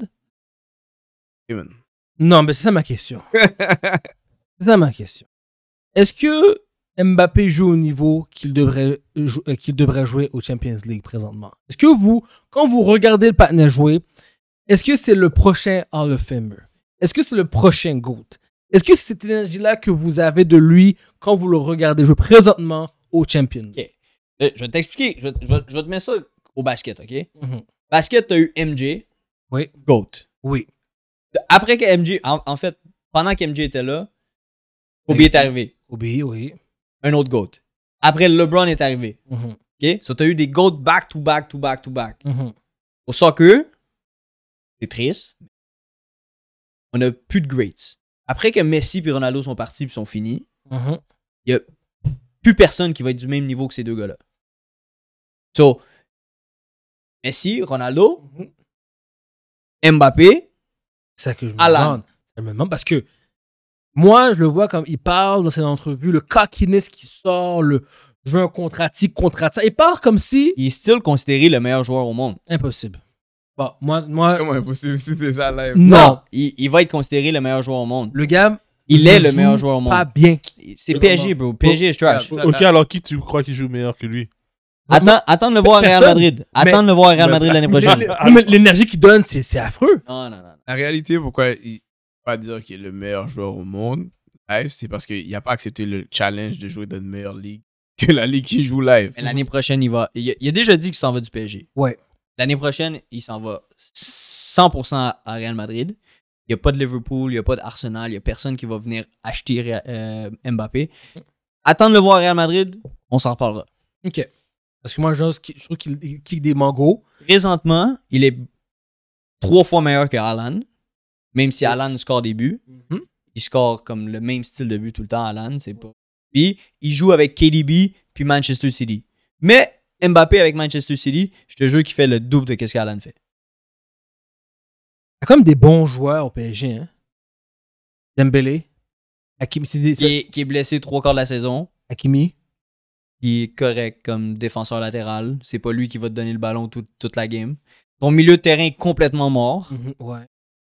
Ok, man. Non, mais c'est ça ma question. C'est ça ma question. Est-ce que Mbappé joue au niveau qu'il devrait, jou- euh, qu'il devrait jouer au Champions League présentement? Est-ce que vous, quand vous regardez le partenaire jouer, est-ce que c'est le prochain Hall of Famer? Est-ce que c'est le prochain GOAT? Est-ce que c'est cette énergie-là que vous avez de lui quand vous le regardez jouer présentement au Champions League? Ok. Euh, je vais t'expliquer, je, vais- je vais- je vais te mettre ça au basket, ok? Mhm. Basket, t'as eu M J, Oui. GOAT. Oui. Après que M J, en, en fait, pendant que M J était là, Kobe Oui. est arrivé. Oui, oui. Un autre GOAT. Après, LeBron est arrivé. Mhm. OK? So, t'as eu des GOAT back to back to back to back. Mhm. Au soccer, c'est triste. On n'a plus de greats. Après que Messi et Ronaldo sont partis et sont finis, Mhm. il n'y a plus personne qui va être du même niveau que ces deux gars-là. So, Messi, Ronaldo, Mbappé, C'est ça que je me Alan. demande. Je me demande parce que moi, je le vois comme il parle dans ses entrevues, le cockiness qui sort, le je veux un contrat tic, contrat ça. Il parle comme si. il est still considéré le meilleur joueur au monde. Impossible. Bon, moi, moi Comment impossible? C'est déjà live. non. Il, il va être considéré le meilleur joueur au monde. Le gars. Il est le joue meilleur joueur au monde. Pas bien. C'est P S G, bro. P S G est trash. Ça- Ok, alors qui tu crois qui joue meilleur que lui? Attends, attends de le voir à Real Personne. Madrid. Attends de le voir à Real Madrid l'année prochaine. Non, mais l'énergie qu'il donne, c'est c'est affreux. Non, non, non. La réalité, pourquoi il pas dire qu'il est le meilleur joueur au monde live, c'est parce qu'il n'a pas accepté le challenge de jouer dans une meilleure ligue que la ligue qui joue live. Mais l'année prochaine, il va. Il a, il a déjà dit qu'il s'en va du P S G. Ouais. L'année prochaine, il s'en va cent pour cent à Real Madrid. Il n'y a pas de Liverpool, il n'y a pas d'Arsenal, il n'y a personne qui va venir acheter euh, Mbappé. Attends de le voir à Real Madrid, on s'en reparlera. OK. Parce que moi, je trouve qu'il il kick des mangos. Présentement, il est trois fois meilleur que Haaland. Même si Haaland score des buts. Mhm. Il score comme le même style de but tout le temps, Haaland. C'est pas... Puis, il joue avec K D B puis Manchester City. Mais Mbappé avec Manchester City, je te jure qu'il fait le double de ce qu'Haaland fait. Il y a comme des bons joueurs au P S G. Hein? Dembélé. Hakimi. C'est des... Qui est, qui est blessé trois quarts de la saison. Hakimi. Qui est correct comme défenseur latéral. C'est pas lui qui va te donner le ballon tout- toute la game. Ton milieu de terrain est complètement mort. Mhm, ouais.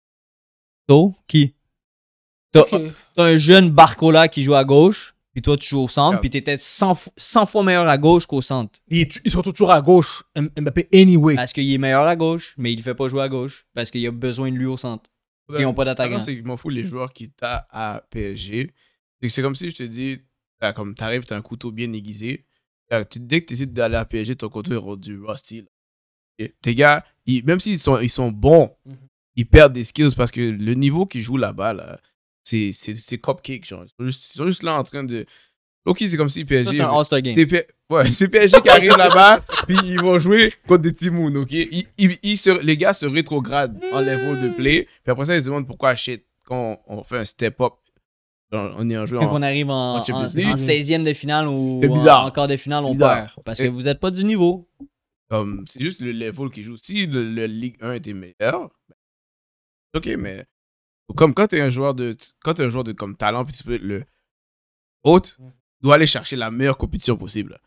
So, qui? T'as, Ok. t'as un jeune Barcola qui joue à gauche, puis toi tu joues au centre, Regarde. puis t'étais cent, f- cent fois meilleur à gauche qu'au centre. Ils, ils sont toujours à gauche, M- Mbappé, anyway. Parce qu'il est meilleur à gauche, mais il ne fait pas jouer à gauche. Parce qu'il a besoin de lui au centre. Ils n'ont pas Ah d'attaquant. non, c'est que je m'en fous les joueurs qui t'as à P S G. C'est que c'est comme si je te dis, t'as comme t'arrives, t'as un couteau bien aiguisé. Là, tu- dès que tu décides d'aller à P S G, ton couteau est rendu rusty. Là. Et tes gars, ils- même s'ils sont, ils sont bons, Mhm. ils perdent des skills parce que le niveau qu'ils jouent là-bas, là, c'est, c'est, c'est cupcake. Genre. Ils, sont juste, ils sont juste là en train de. Ok, c'est comme si P S Ça, G. c'est un All-Star Game. C'est P- ouais, c'est P S G qui arrive là-bas, puis ils vont jouer contre des Timouns, ok? Ils, ils, ils se- les gars se rétrogradent en level de play, puis après ça, ils se demandent pourquoi shit, quand on, on fait un step-up, on, on est en jeu Quand en. on arrive en, en Champions en- League. en seizième de finale ou C'est bizarre. en, en quart de finale, on Bizarre. perd. Parce que Et- vous n'êtes pas du niveau. Comme, c'est juste le level qui joue. Si le, le Ligue un était meilleur, ben, ok, mais comme quand t'es un joueur de, quand t'es un joueur de comme talent, puis tu peux être le haute, tu dois aller chercher la meilleure compétition possible.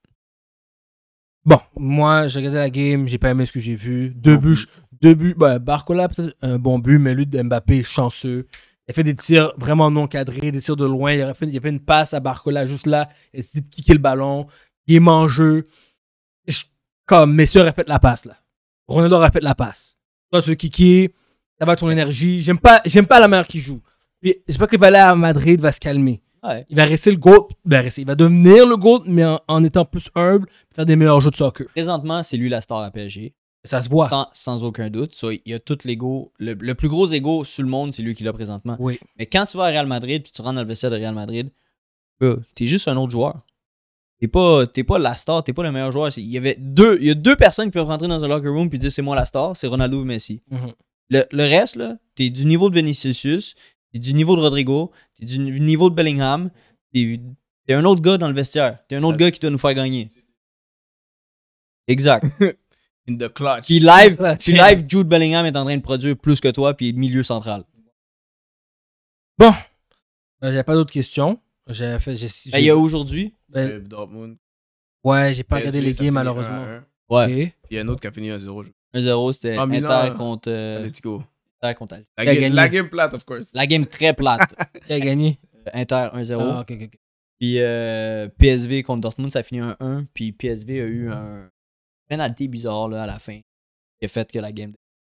Bon, moi, j'ai regardé la game, j'ai pas aimé ce que j'ai vu. Deux Non buts, plus. deux buts. Ben, Barcola, peut-être un bon but, mais lui, de Mbappé, chanceux. Il a fait des tirs vraiment non cadrés, des tirs de loin. Il a fait, il a fait une passe à Barcola juste là. Il a décidé de kicker le ballon. Il est mangeux. Je- Comme Messi aurait fait la passe, là. Ronaldo aurait fait la passe. Toi, tu veux kicker, ça va ton énergie. J'aime pas, j'aime pas la manière qu'il joue. Puis, j'espère qu'il va aller à Madrid, va se calmer. Ouais. Il va rester le GOAT. Il va, rester, il va devenir le GOAT, mais en, en étant plus humble, faire des meilleurs jeux de soccer. Présentement, c'est lui la star à P S G. Ça se voit. Sans, sans aucun doute. So, il y a tout l'ego. Le, le plus gros ego sur le monde, c'est lui qui l'a présentement. Oui. Mais quand tu vas à Real Madrid puis tu rentres dans le vestiaire de Real Madrid, euh, t'es juste un autre joueur. T'es pas, t'es pas la star, t'es pas le meilleur joueur. C'est- Il y avait deux, il y a deux personnes qui peuvent rentrer dans un locker room puis dire c'est moi la star, c'est Ronaldo ou Messi. Mhm. Le, le reste, là, t'es du niveau de Vinicius, t'es du niveau de Rodrigo, t'es du niveau de Bellingham, t'es, t'es un autre gars dans le vestiaire. T'es un autre gars qui doit nous faire gagner. Exact. In the clutch. Puis live, Ouais, puis tiens. live, Jude Bellingham est en train de produire plus que toi puis milieu central. Bon. Euh, J'avais pas d'autres questions. J'ai fait. j'ai- Ben, il y a aujourd'hui. ben, Euh, Dortmund. ouais, j'ai pas P S G, regardé les ça games finit malheureusement. un à un. Ouais. Ok. Il y a un autre qui a fini un zéro. un zéro, c'était Ah, Milan, Inter euh, contre, euh, Atletico. Inter contre Inter. La, Qui a game, gagné? la game plate, of course. La game très plate. Qui a gagné? Inter un zéro. Ah, ok, ok, ok. Puis euh, P S V contre Dortmund, ça a fini un un. Puis P S V a eu un penalty bizarre là, à la fin qui a fait que la game.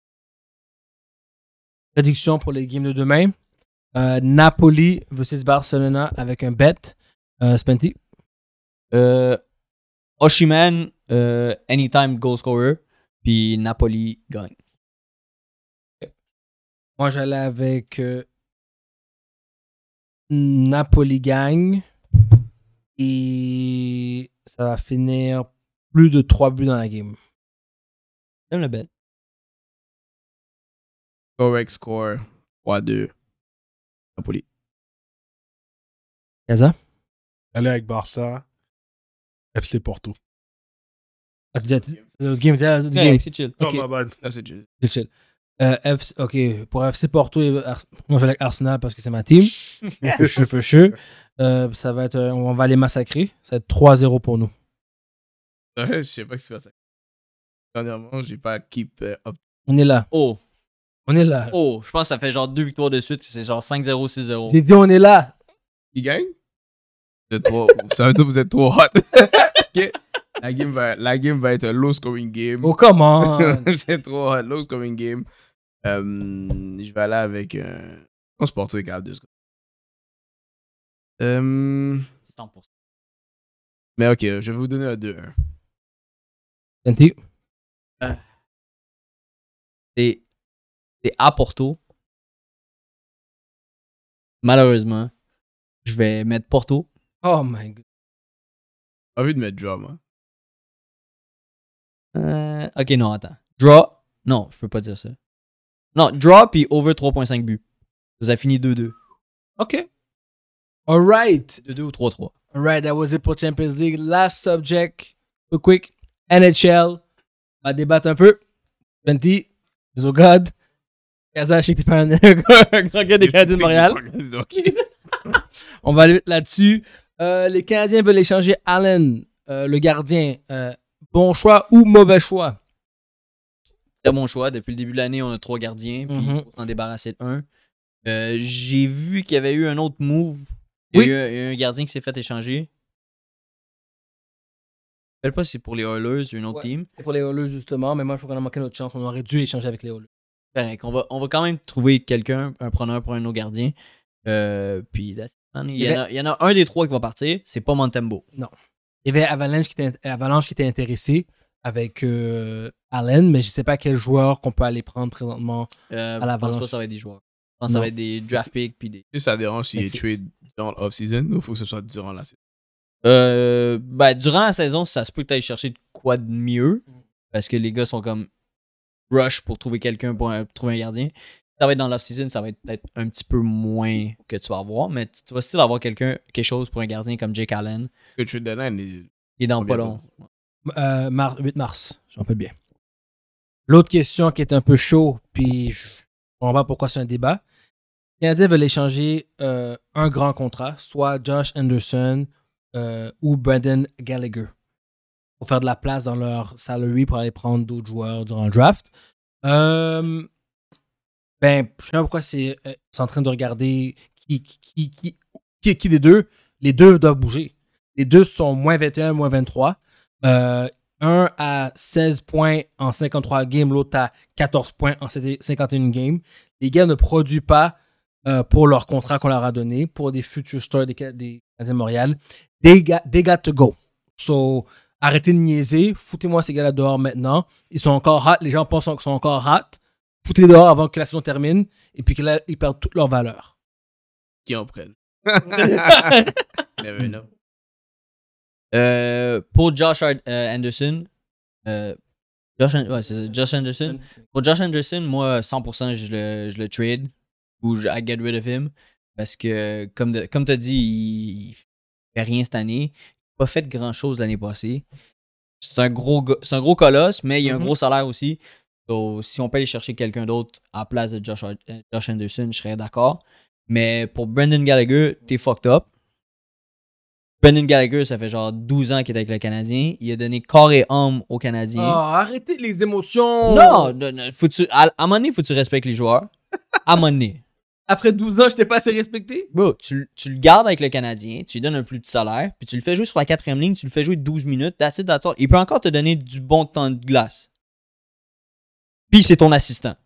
Prédiction pour les games de demain. Euh, Napoli versus Barcelona avec un bet. Euh, Spenty. Euh, Oshiman, euh, anytime goal scorer. Puis Napoli gagne. Moi, j'allais avec euh, Napoli gagne. Et ça va finir plus de trois buts dans la game. J'aime le bet. Correct score. trois deux. Napoli. Kaza? Aller avec Barça, F C Porto. Ah, tu dis- tu- le game, le Ouais, game. c'est chill. Ok. Oh, ma bad. Là, c'est juste. C'est chill. Euh, F C ok, pour F C Porto, et Ars- moi je vais avec Arsenal parce que c'est ma team. Je suis fâcheux. Euh, ça va être, euh, on va les massacrer. Ça va être trois zéro pour nous. Ouais, je sais pas ce qui se passe. Dernièrement, j'ai pas keep euh, up. On est là. Oh, On est là. oh, je pense que ça fait genre deux victoires de suite. C'est genre cinq zéro, six zéro. J'ai dit on est là. Il gagne? Vous êtes trop. Ça veut dire que vous êtes trop hot. Ok. La game va, la game va être un low scoring game. Oh, come on! C'est trop hot, low scoring game. Euh, je vais aller avec. Euh... On se porte les capable deux secondes. Euh... cent pour cent. Mais ok, je vais vous donner un deux un. Fenty. C'est c'est à Porto. Malheureusement, je vais mettre Porto. Oh my god. J'ai envie de mettre draw, moi. Euh, ok, non, attends. Draw. Non, je peux pas dire ça. Non, draw puis over trois virgule cinq buts. Vous avez fini deux deux. OK. Alright. deux deux ou trois trois. Alright, that was it pour Champions League. Last subject. Quick, quick. N H L. On va débattre un peu. Fenty. Oh God. Kaza, je sais que t'es pas un un grand gars des Canadiens de Montréal. On va aller là-dessus. Euh, les Canadiens veulent échanger Allen, euh, le gardien. Euh, bon choix ou mauvais choix? Très bon choix. Depuis le début de l'année, on a trois gardiens. Puis Mhm. il faut s'en débarrasser de un. Euh, J'ai vu qu'il y avait eu un autre move. Il y Oui. a eu un, il y a eu un gardien qui s'est fait échanger. Je ne sais pas si c'est pour les Oilers ou une autre Ouais. team. C'est pour les Oilers, justement, mais moi, il faut qu'on a manqué notre chance. On aurait dû échanger avec les Oilers. Fait qu'on va, on va quand même trouver quelqu'un, un preneur pour un de nos gardiens. Euh, puis, that's it, man. il, y en a, il y en a un des trois qui va partir. C'est pas Montembeau. Il y avait Avalanche qui était, Avalanche qui était intéressé avec euh, Allen, mais je ne sais pas quel joueur qu'on peut aller prendre présentement. Euh, À je la pense pas Avalanche. que ça va être des joueurs. Je pense que ça Non. va être des draft picks. Puis des... Est-ce que ça dérange s'il est Merci. trade durant l'off-season ou il faut que ce soit durant la saison? Euh, ben, durant la saison, ça se peut que tu ailles chercher de quoi de mieux. Parce que les gars sont comme rush pour trouver quelqu'un pour, un- pour trouver un gardien. Ça va être dans l'off-season, ça va être peut-être un petit peu moins que tu vas avoir. Mais tu, tu vas still avoir quelqu'un, quelque chose pour un gardien comme Jake Allen. Le trade deadline est. Il est dans pas Bientôt. long. Euh, mar- huit mars, je m'en rappelle bien. L'autre question qui est un peu chaud, puis je ne comprends pas pourquoi c'est un débat. Les Canadiens veulent échanger euh, un grand contrat, soit Josh Anderson euh, ou Brendan Gallagher, pour faire de la place dans leur salary pour aller prendre d'autres joueurs durant le draft. Euh, ben, je sais pas pourquoi c'est, euh, c'est en train de regarder qui, qui, qui, qui, qui, qui des deux. Les deux doivent bouger. Les deux sont moins vingt et un, moins vingt-trois. Euh, un à seize points en cinquante-trois games, l'autre à quatorze points en cinquante et un games. Les gars ne produisent pas euh, pour leur contrat qu'on leur a donné, pour des futurs stars des, des Canadiens de Montréal. They got, they got to go. So, arrêtez de niaiser. Foutez-moi ces gars-là dehors maintenant. Ils sont encore hot. Les gens pensent qu'ils sont encore hot. Foutez-les dehors avant que la saison termine et puis qu'ils perdent toute leur valeur. Qui en prennent. Never know. Euh, pour Josh Ar- euh, Anderson, euh, Josh, An- ouais, c'est ça, Josh Anderson. Pour Josh Anderson, moi, cent pour cent, je le, je le trade ou je I get rid of him. Parce que, comme, de, comme tu as dit, il, il fait rien cette année. Il n'a pas fait grand-chose l'année passée. C'est un gros, go- c'est un gros colosse, mais il y a un Mhm. gros salaire aussi. So, si on peut aller chercher quelqu'un d'autre à la place de Josh, Ar- euh, Josh Anderson, je serais d'accord. Mais pour Brendan Gallagher, t'es fucked up. Brendan Gallagher, ça fait genre douze ans qu'il est avec le Canadien. Il a donné corps et âme aux Oh, Canadiens. arrêtez les émotions. Non, non, non, faut tu, à, à un moment donné, faut que tu respectes les joueurs. À un moment donné. Après douze ans, je t'ai pas assez respecté. Bro, tu, tu le gardes avec le Canadien, tu lui donnes un plus petit salaire, puis tu le fais jouer sur la quatrième ligne, tu le fais jouer douze minutes, that's it, that's all. Il peut encore te donner du bon temps de glace. Puis c'est ton assistant.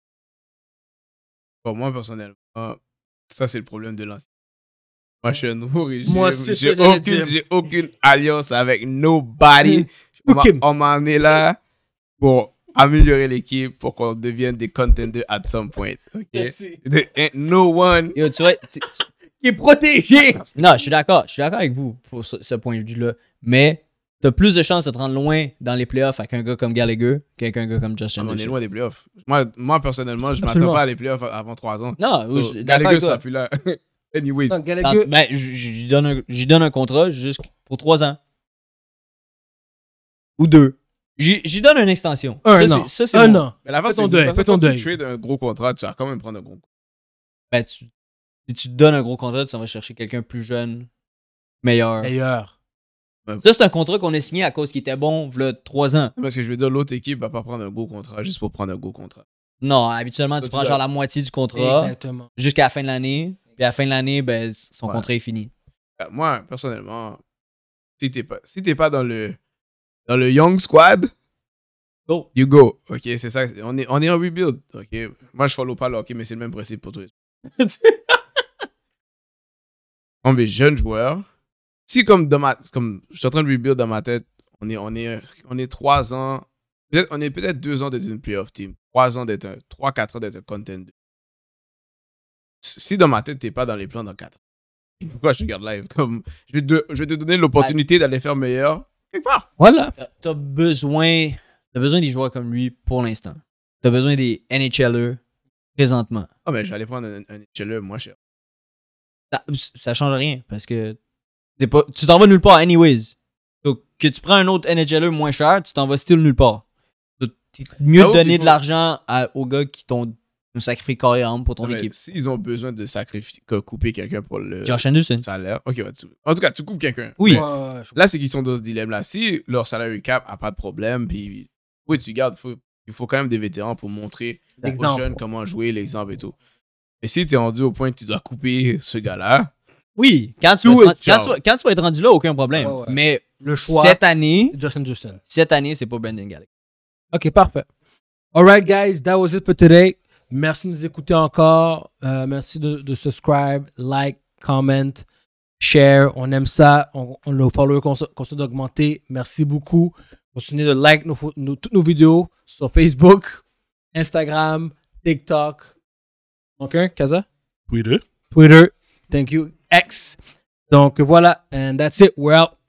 Pour moi, personnellement, ça, c'est le problème de l'ancien. Moi, je suis un nouveau régime. Moi, c'est j'ai ça que j'allais aucune, dire. j'ai aucune alliance avec nobody. On m'a- Aucune. On m'en est là pour améliorer l'équipe, pour qu'on devienne des contenders at some point. OK? Merci. There ain't no one. Yo, tu vois, tu- tu- Qui est protégé. non, je suis d'accord, je suis d'accord avec vous pour ce, ce point de vue-là, mais t'as plus de chances de te rendre loin dans les playoffs avec un gars comme Gallagher qu'avec un gars comme Josh Ah, mais on est Anderson. loin des playoffs. Moi, moi personnellement, je Absolument. m'attends pas à les playoffs avant trois ans. Non, oui, je So, suis d'accord Gallagher avec sera toi. plus là. Anyways. Donc, Dans- Gallagher, ben, j- j'y donne, un- j'y donne un contrat juste pour trois ans. Ou deux. J'y j'y donne une extension. un ça, an. c'est- ça, c'est un mon- an. Mais la Fais face, ton c'est de deuil, toute fais façon, ton quand deuil. tu trades un gros contrat, tu vas quand même prendre un gros contrat. Ben, tu- si tu te donnes un gros contrat, tu vas chercher quelqu'un plus jeune, meilleur. Meilleur. Ça, c'est un contrat qu'on a signé à cause qu'il était bon, v'là trois ans. Parce que je veux dire, l'autre équipe va pas prendre un gros contrat juste pour prendre un gros contrat. Non, habituellement, tu Ça, tu prends dois- genre la moitié du contrat Exactement. jusqu'à la fin de l'année. Puis à la fin de l'année, ben, son Ouais. contrat est fini. Euh, Moi, personnellement, si t'es pas, si t'es pas dans le dans le Young Squad, Go. you go. OK, c'est ça. On est, on est en rebuild. OK. Moi, je follow pas le hockey, mais c'est le même principe pour tous les On est jeunes joueurs. Si, comme, dans ma, comme je suis en train de rebuild dans ma tête, on est, on est, on est trois ans. Peut-être, on est peut-être deux ans d'être une playoff team. Trois ans d'être un. Trois, quatre ans d'être un contender. Si dans ma tête, t'es pas dans les plans dans quatre ans, pourquoi je te regarde live? Comme, je, vais te, je vais te donner l'opportunité d'aller faire meilleur quelque part. Voilà. T'as- T'as besoin, t'as besoin des joueurs comme lui pour l'instant. T'as besoin des N H L E présentement. Ah, mais j'allais prendre un, un H L E moins cher. Ça, ça change rien parce que c'est pas, tu t'en vas nulle part anyways. Donc, que tu prends un autre N H L E moins cher, tu t'en vas still nulle part. Donc, c'est mieux Ah de oui, donner il de faut- l'argent à- aux gars qui t'ont sacrifié corps et âme pour ton Ah, mais équipe. s'ils ont besoin de sacrifier, que couper quelqu'un pour le Josh Anderson. salaire, ok, ouais, tu- en tout cas, tu coupes quelqu'un. Oui. Mais Ouais, ouais, je- là, c'est qu'ils sont dans ce dilemme-là. Si leur salary cap a pas de problème, puis oui, tu gardes, faut, il faut quand même des vétérans pour montrer aux L'exemple. jeunes comment jouer, l'exemple et tout. Et si tu es rendu au point que tu dois couper ce gars-là, Oui, quand tu, Do vas être, it, quand, ciao. tu vas, quand tu vas être rendu là, aucun problème. Ouais, ouais. Mais Le choix, cette année, Justin Anderson. cette année, c'est pas Brendan Gallagher. OK, parfait. All right, guys, that was it for today. Merci de nous écouter encore. Euh, merci de, de subscribe, like, comment, share. On aime ça. On, on, le follower continue d'augmenter. Merci beaucoup. Continuez de like nos, pho- nos- toutes nos vidéos sur Facebook, Instagram, TikTok. OK, Kaza? Twitter. Twitter. Thank you. X. Donc voilà. And that's it. We're out.